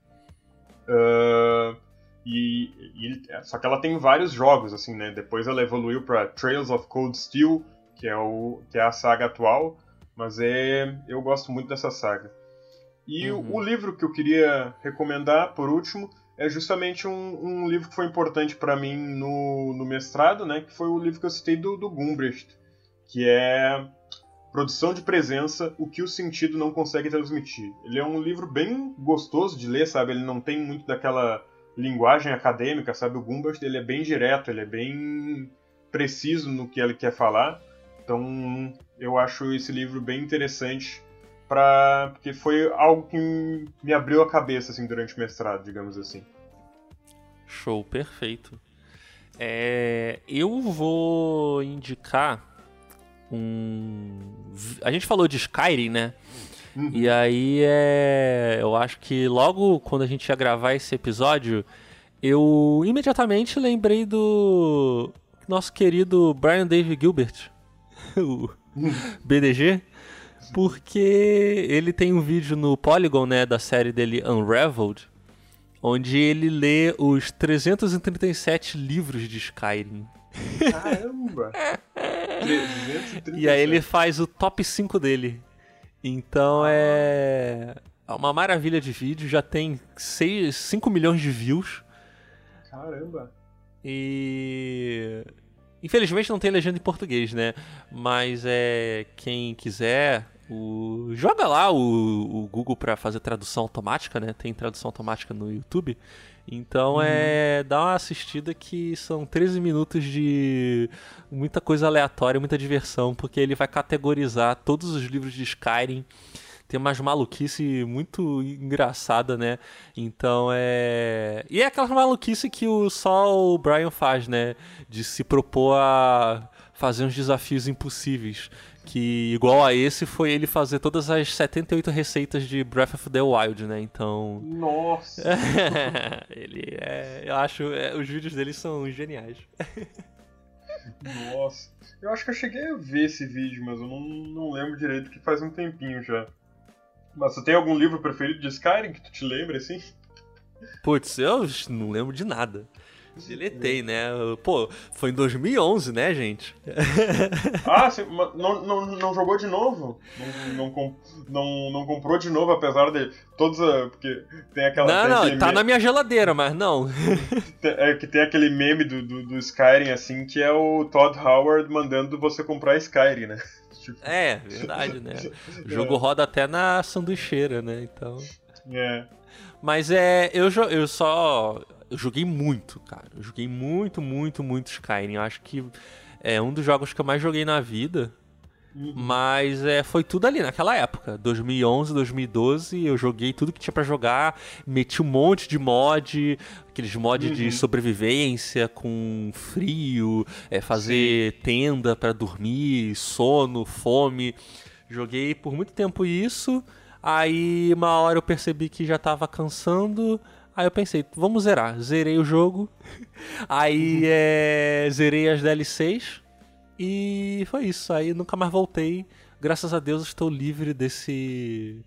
Uh, e, e, só que ela tem vários jogos, assim, né? Depois ela evoluiu para Trails of Cold Steel, que é, o, que é a saga atual, mas é, eu gosto muito dessa saga. E uhum. o, o livro que eu queria recomendar, por último, é justamente um, um livro que foi importante para mim no, no mestrado, né, que foi o livro que eu citei do, do Gumbrecht, que é Produção de Presença, o que o sentido não consegue transmitir. Ele é um livro bem gostoso de ler, sabe? Ele não tem muito daquela linguagem acadêmica, sabe? O Gumbrecht, ele é bem direto, ele é bem preciso no que ele quer falar. Então, eu acho esse livro bem interessante, pra... porque foi algo que me abriu a cabeça assim, durante o mestrado, digamos assim. Show, perfeito. É... Eu vou indicar um... A gente falou de Skyrim, né? Uhum. E aí, é... eu acho que logo quando a gente ia gravar esse episódio, eu imediatamente lembrei do nosso querido Brian David Gilbert, o B D G, porque ele tem um vídeo no Polygon, né, da série dele Unraveled, onde ele lê os trezentos e trinta e sete livros de Skyrim. Caramba! trezentos e trinta e sete. E aí ele faz o top cinco dele. Então é uma maravilha de vídeo, já tem seis, cinco milhões de views. Caramba! E... infelizmente não tem legenda em português, né? Mas é quem quiser, o... joga lá o, o Google para fazer tradução automática, né? Tem tradução automática no YouTube. Então uhum. é dá uma assistida que são treze minutos de muita coisa aleatória, muita diversão, porque ele vai categorizar todos os livros de Skyrim. Tem umas maluquice muito engraçada, né? Então é... E é aquela maluquice que o, só o Brian faz, né? De se propor a fazer uns desafios impossíveis. Que igual a esse foi ele fazer todas as setenta e oito receitas de Breath of the Wild, né? Então. Nossa! ele é. Eu acho. É, os vídeos dele são geniais. Nossa. Eu acho que eu cheguei a ver esse vídeo, mas eu não, não lembro direito, que faz um tempinho já. Mas você tem algum livro preferido de Skyrim que tu te lembra, assim? Putz, eu não lembro de nada. Deletei, né? Pô, foi em dois mil e onze, né, gente? Ah, você não, não, não jogou de novo? Não, não, não, não comprou de novo, apesar de todos a... Porque tem aquela... Não, tem não, tá meme, na minha geladeira, mas não. É que tem aquele meme do, do, do Skyrim, assim, que é o Todd Howard mandando você comprar Skyrim, né? Tipo... É, verdade, né? O jogo é. roda até na sanduicheira, né? Então... É. Mas é... Eu, eu só... Eu joguei muito, cara. Eu joguei muito, muito, muito Skyrim. Eu acho que é um dos jogos que eu mais joguei na vida. Uhum. Mas é, foi tudo ali naquela época. dois mil e onze, dois mil e doze. Eu joguei tudo que tinha pra jogar. Meti um monte de mod. Aqueles mods uhum. de sobrevivência com frio. É, fazer Sim. tenda pra dormir. Sono, fome. Joguei por muito tempo isso. Aí uma hora eu percebi que já tava cansando. Aí eu pensei, vamos zerar. Zerei o jogo. Aí é, zerei as D L Cs. E foi isso. Aí nunca mais voltei. Graças a Deus estou livre desse...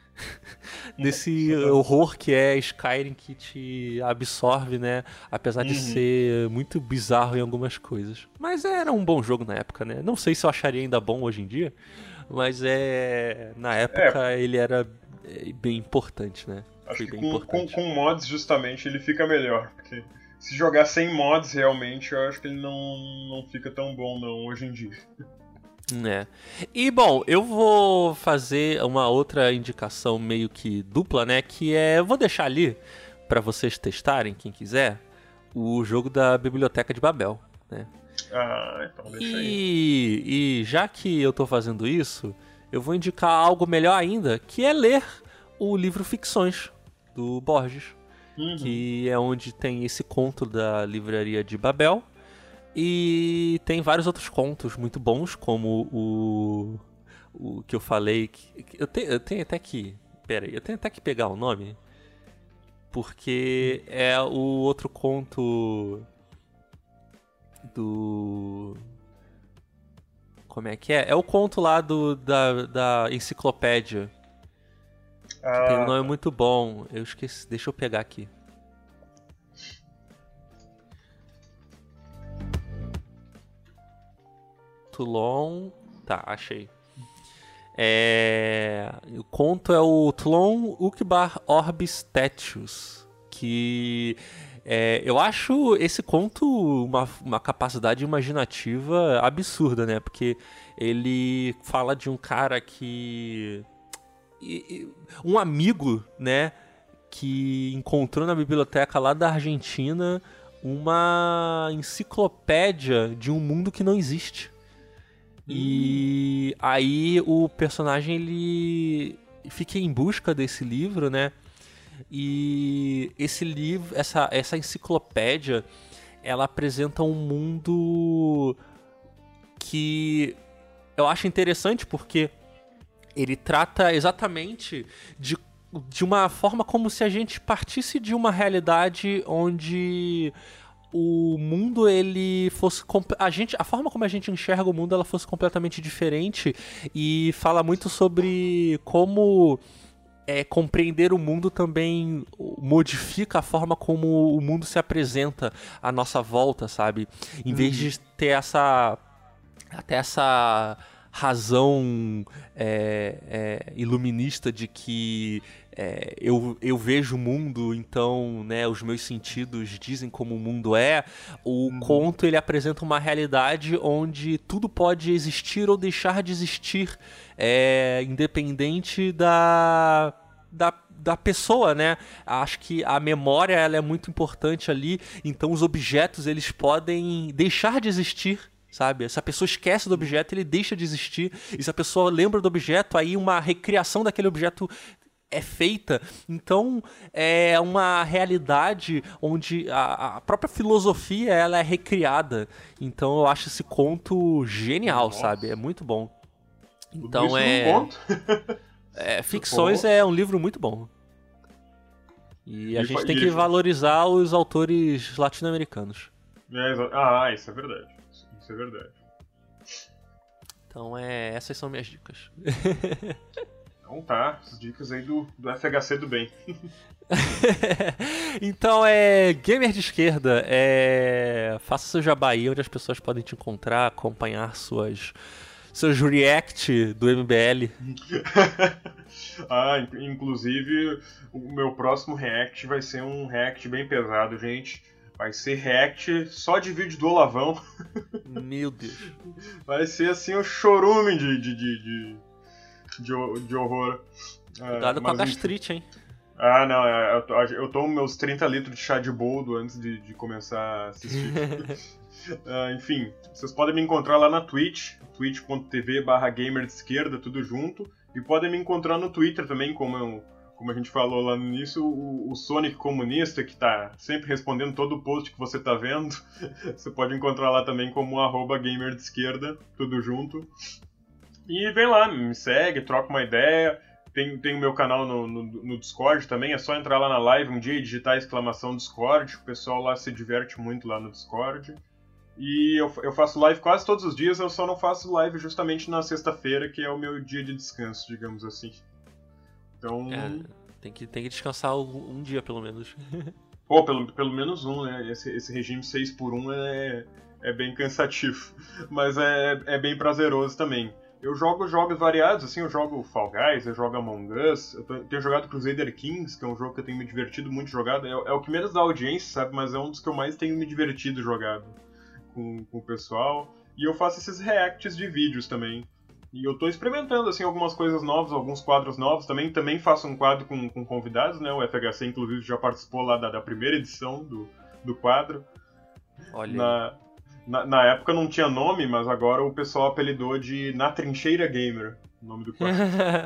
desse horror que é Skyrim, que te absorve, né? Apesar de uhum. ser muito bizarro em algumas coisas. Mas era um bom jogo na época, né? Não sei se eu acharia ainda bom hoje em dia. Mas é... na época é. ele era bem importante, né? Acho que com, com, com mods, justamente, ele fica melhor. Porque se jogar sem mods, realmente, eu acho que ele não, não fica tão bom, não, hoje em dia. É. E, bom, eu vou fazer uma outra indicação meio que dupla, né? Que é... Eu vou deixar ali, pra vocês testarem, quem quiser, o jogo da Biblioteca de Babel, né? Ah, então deixa e, aí. E já que eu tô fazendo isso, eu vou indicar algo melhor ainda, que é ler o livro Ficções, do Borges, uhum. que é onde tem esse conto da livraria de Babel, e tem vários outros contos muito bons, como o, o que eu falei, que, que eu, te, eu tenho até que, pera aí, eu tenho até que pegar o nome, porque é o outro conto do... Como é que é? É o conto lá do, da, da enciclopédia. Ah, tem um nome muito bom. Eu esqueci. Deixa eu pegar aqui. Toulon. Tá, achei. É... O conto é o Toulon Uqbar Orbis Statues. Que é... eu acho esse conto uma, uma capacidade imaginativa absurda, né? Porque ele fala de um cara que... um amigo, né, que encontrou na biblioteca lá da Argentina uma enciclopédia de um mundo que não existe. Hum. E aí o personagem ele fica em busca desse livro, né? E esse livro, essa, essa enciclopédia, ela apresenta um mundo que eu acho interessante porque ele trata exatamente de, de uma forma como se a gente partisse de uma realidade onde o mundo ele fosse a gente a forma como a gente enxerga o mundo ela fosse completamente diferente, e fala muito sobre como é, compreender o mundo também modifica a forma como o mundo se apresenta à nossa volta, sabe? Em vez uhum. de ter essa até essa razão é, é, iluminista de que é, eu, eu vejo o mundo, então, né, os meus sentidos dizem como o mundo é. O uhum. conto ele apresenta uma realidade onde tudo pode existir ou deixar de existir, é, independente da, da, da pessoa, né? Acho que a memória ela é muito importante ali, então os objetos eles podem deixar de existir, sabe? Se a pessoa esquece do objeto, ele deixa de existir. E se a pessoa lembra do objeto, aí uma recriação daquele objeto é feita. Então, é uma realidade onde a, a própria filosofia ela é recriada. Então, eu acho esse conto genial, Nossa. sabe? É muito bom. Então Tudo isso é, num conto. é Ficções é um livro muito bom. E a E gente fa- tem e que ele fa- valorizar os autores latino-americanos. É, exa- ah, isso é verdade. Isso, isso é verdade. Então é, essas são minhas dicas. Então tá, as dicas aí do, do F H C do bem. Então é gamer de esquerda, é faça seu jabá aí onde as pessoas podem te encontrar, acompanhar suas seus react do M B L. Ah, in- inclusive o meu próximo react vai ser um react bem pesado, gente. Vai ser react só de vídeo do Olavão. Meu Deus. Vai ser assim um chorume de, de, de, de, de, ho- de horror. Ah, Cuidado com a mas enfim. gastrite, hein? Ah, não, é, eu, to- eu tomo meus trinta litros de chá de boldo antes de, de começar a assistir. Ah, enfim, vocês podem me encontrar lá na Twitch, twitch ponto tv barra gamer de esquerda, tudo junto. E podem me encontrar no Twitter também, como, eu, como a gente falou lá no início, o, o Sonic Comunista, que tá sempre respondendo todo o post que você tá vendo. Você pode encontrar lá também como arroba gamer de esquerda, tudo junto. E vem lá, me segue, troca uma ideia. Tem, tem o meu canal no, no, no Discord também, é só entrar lá na live um dia e digitar a exclamação Discord. O pessoal lá se diverte muito lá no Discord. E eu, eu faço live quase todos os dias, eu só não faço live justamente na sexta-feira, que é o meu dia de descanso, digamos assim. Então, É, tem que, tem que descansar um, um dia pelo menos. pô, pelo, pelo menos um, né? Esse, esse regime seis por um é, é bem cansativo, mas é, é bem prazeroso também. Eu jogo jogos variados, assim, eu jogo Fall Guys, eu jogo Among Us, eu tô- tenho jogado Crusader Kings, que é um jogo que eu tenho me divertido muito jogado. É, é o que menos dá audiência, sabe? Mas é um dos que eu mais tenho me divertido jogado com, com o pessoal. E eu faço esses reacts de vídeos também. E eu tô experimentando, assim, algumas coisas novas, alguns quadros novos também. Também faço um quadro com, com convidados, né? O F H C, inclusive, já participou lá da, da primeira edição do, do quadro. Olha aí. Na, na, na época não tinha nome, mas agora o pessoal apelidou de Na Trincheira Gamer, o nome do quadro.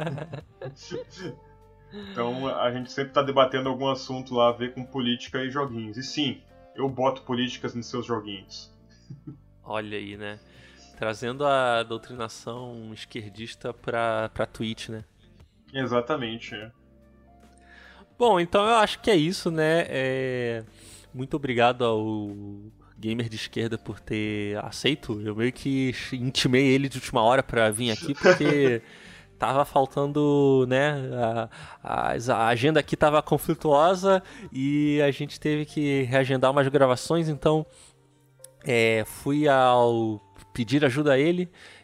Então a gente sempre tá debatendo algum assunto lá a ver com política e joguinhos. E sim, eu boto políticas nos seus joguinhos. Olha aí, né? Trazendo a doutrinação esquerdista pra, pra Twitch, né? Exatamente, é. Bom, então eu acho que é isso, né? É, muito obrigado ao gamer de esquerda por ter aceito. Eu meio que intimei ele de última hora pra vir aqui, porque tava faltando, né? A, a- a agenda aqui tava conflituosa e a gente teve que reagendar umas gravações, então é, fui ao pedir ajuda a ele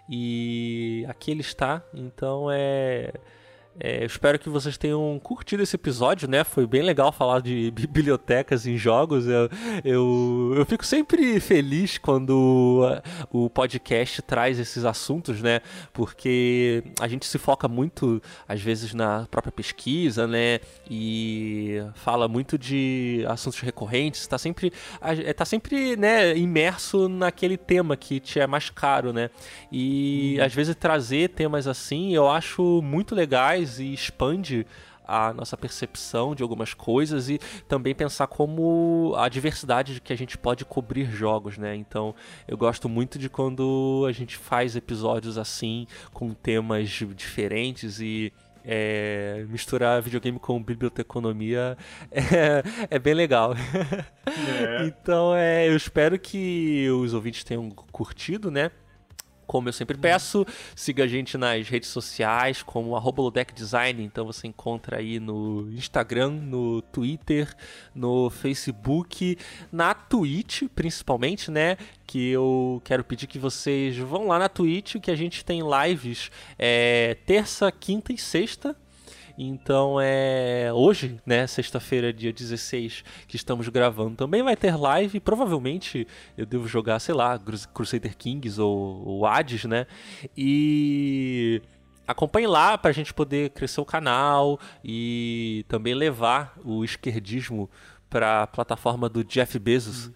e aqui ele está. Então é. É, eu espero que vocês tenham curtido esse episódio, né? Foi bem legal falar de bibliotecas em jogos. Eu, eu, eu fico sempre feliz quando uh, o podcast traz esses assuntos, né? Porque a gente se foca muito, às vezes, na própria pesquisa, né? E fala muito de assuntos recorrentes. Está sempre, a- tá sempre, né, imerso naquele tema que te é mais caro, né? E às vezes trazer temas assim eu acho muito legais e expande a nossa percepção de algumas coisas e também pensar como a diversidade que a gente pode cobrir jogos, né? Então eu gosto muito de quando a gente faz episódios assim com temas diferentes e é, misturar videogame com biblioteconomia é, é bem legal. É. Então é, eu espero que os ouvintes tenham curtido, né? Como eu sempre peço, siga a gente nas redes sociais como arroba Holodeck Design. Então você encontra aí no Instagram, no Twitter, no Facebook, na Twitch principalmente, né? Que eu quero pedir que vocês vão lá na Twitch, que a gente tem lives é, terça, quinta e sexta. Então é hoje, né, sexta-feira, dia dezesseis, que estamos gravando, também vai ter live. Provavelmente eu devo jogar, sei lá, Cru- Crusader Kings ou, ou Hades, né? E acompanhe lá pra gente poder crescer o canal e também levar o esquerdismo pra plataforma do Jeff Bezos.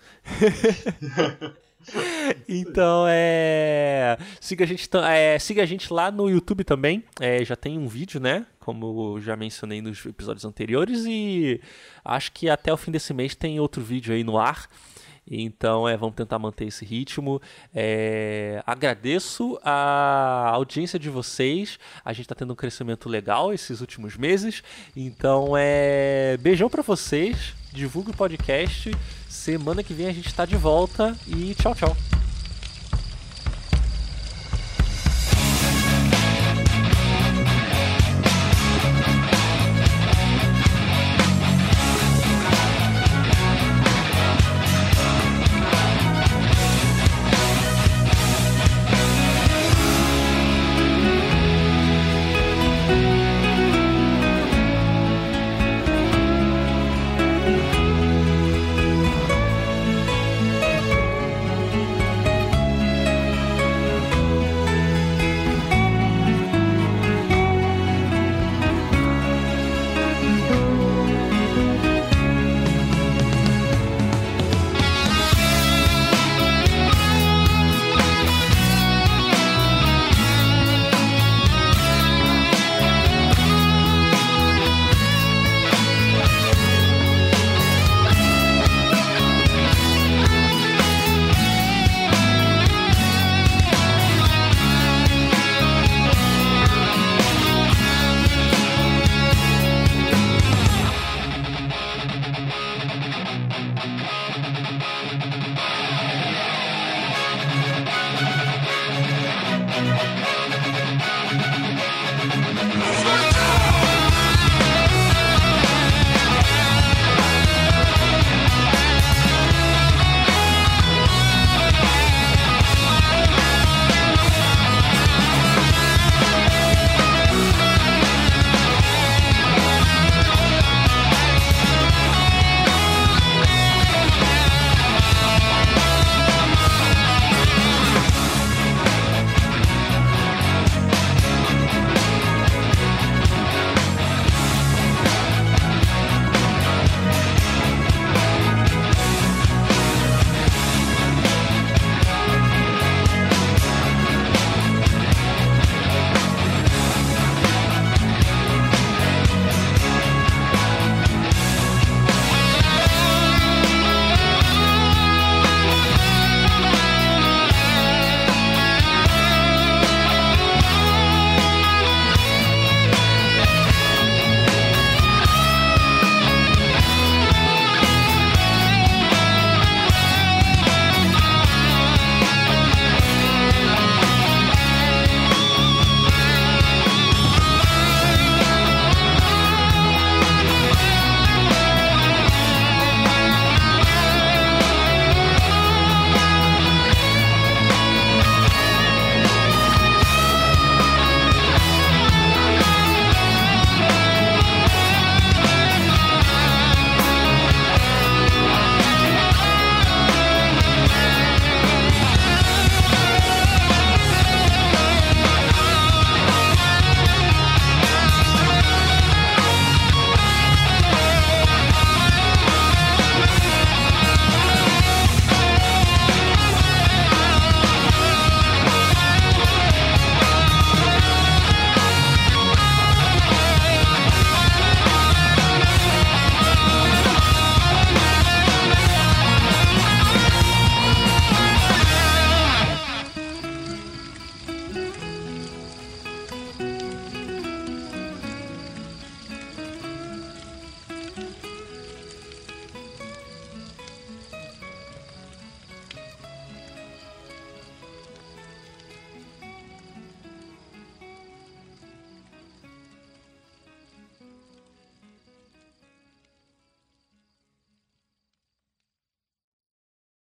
Então é. Siga a gente, ta- é, siga a gente lá no YouTube também. É, já tem um vídeo, né? Como eu já mencionei nos episódios anteriores. E acho que até o fim desse mês tem outro vídeo aí no ar. Então, é, vamos tentar manter esse ritmo. É, agradeço a audiência de vocês. A gente está tendo um crescimento legal esses últimos meses. Então, é, beijão para vocês. Divulgue o podcast. Semana que vem a gente está de volta. E tchau, tchau.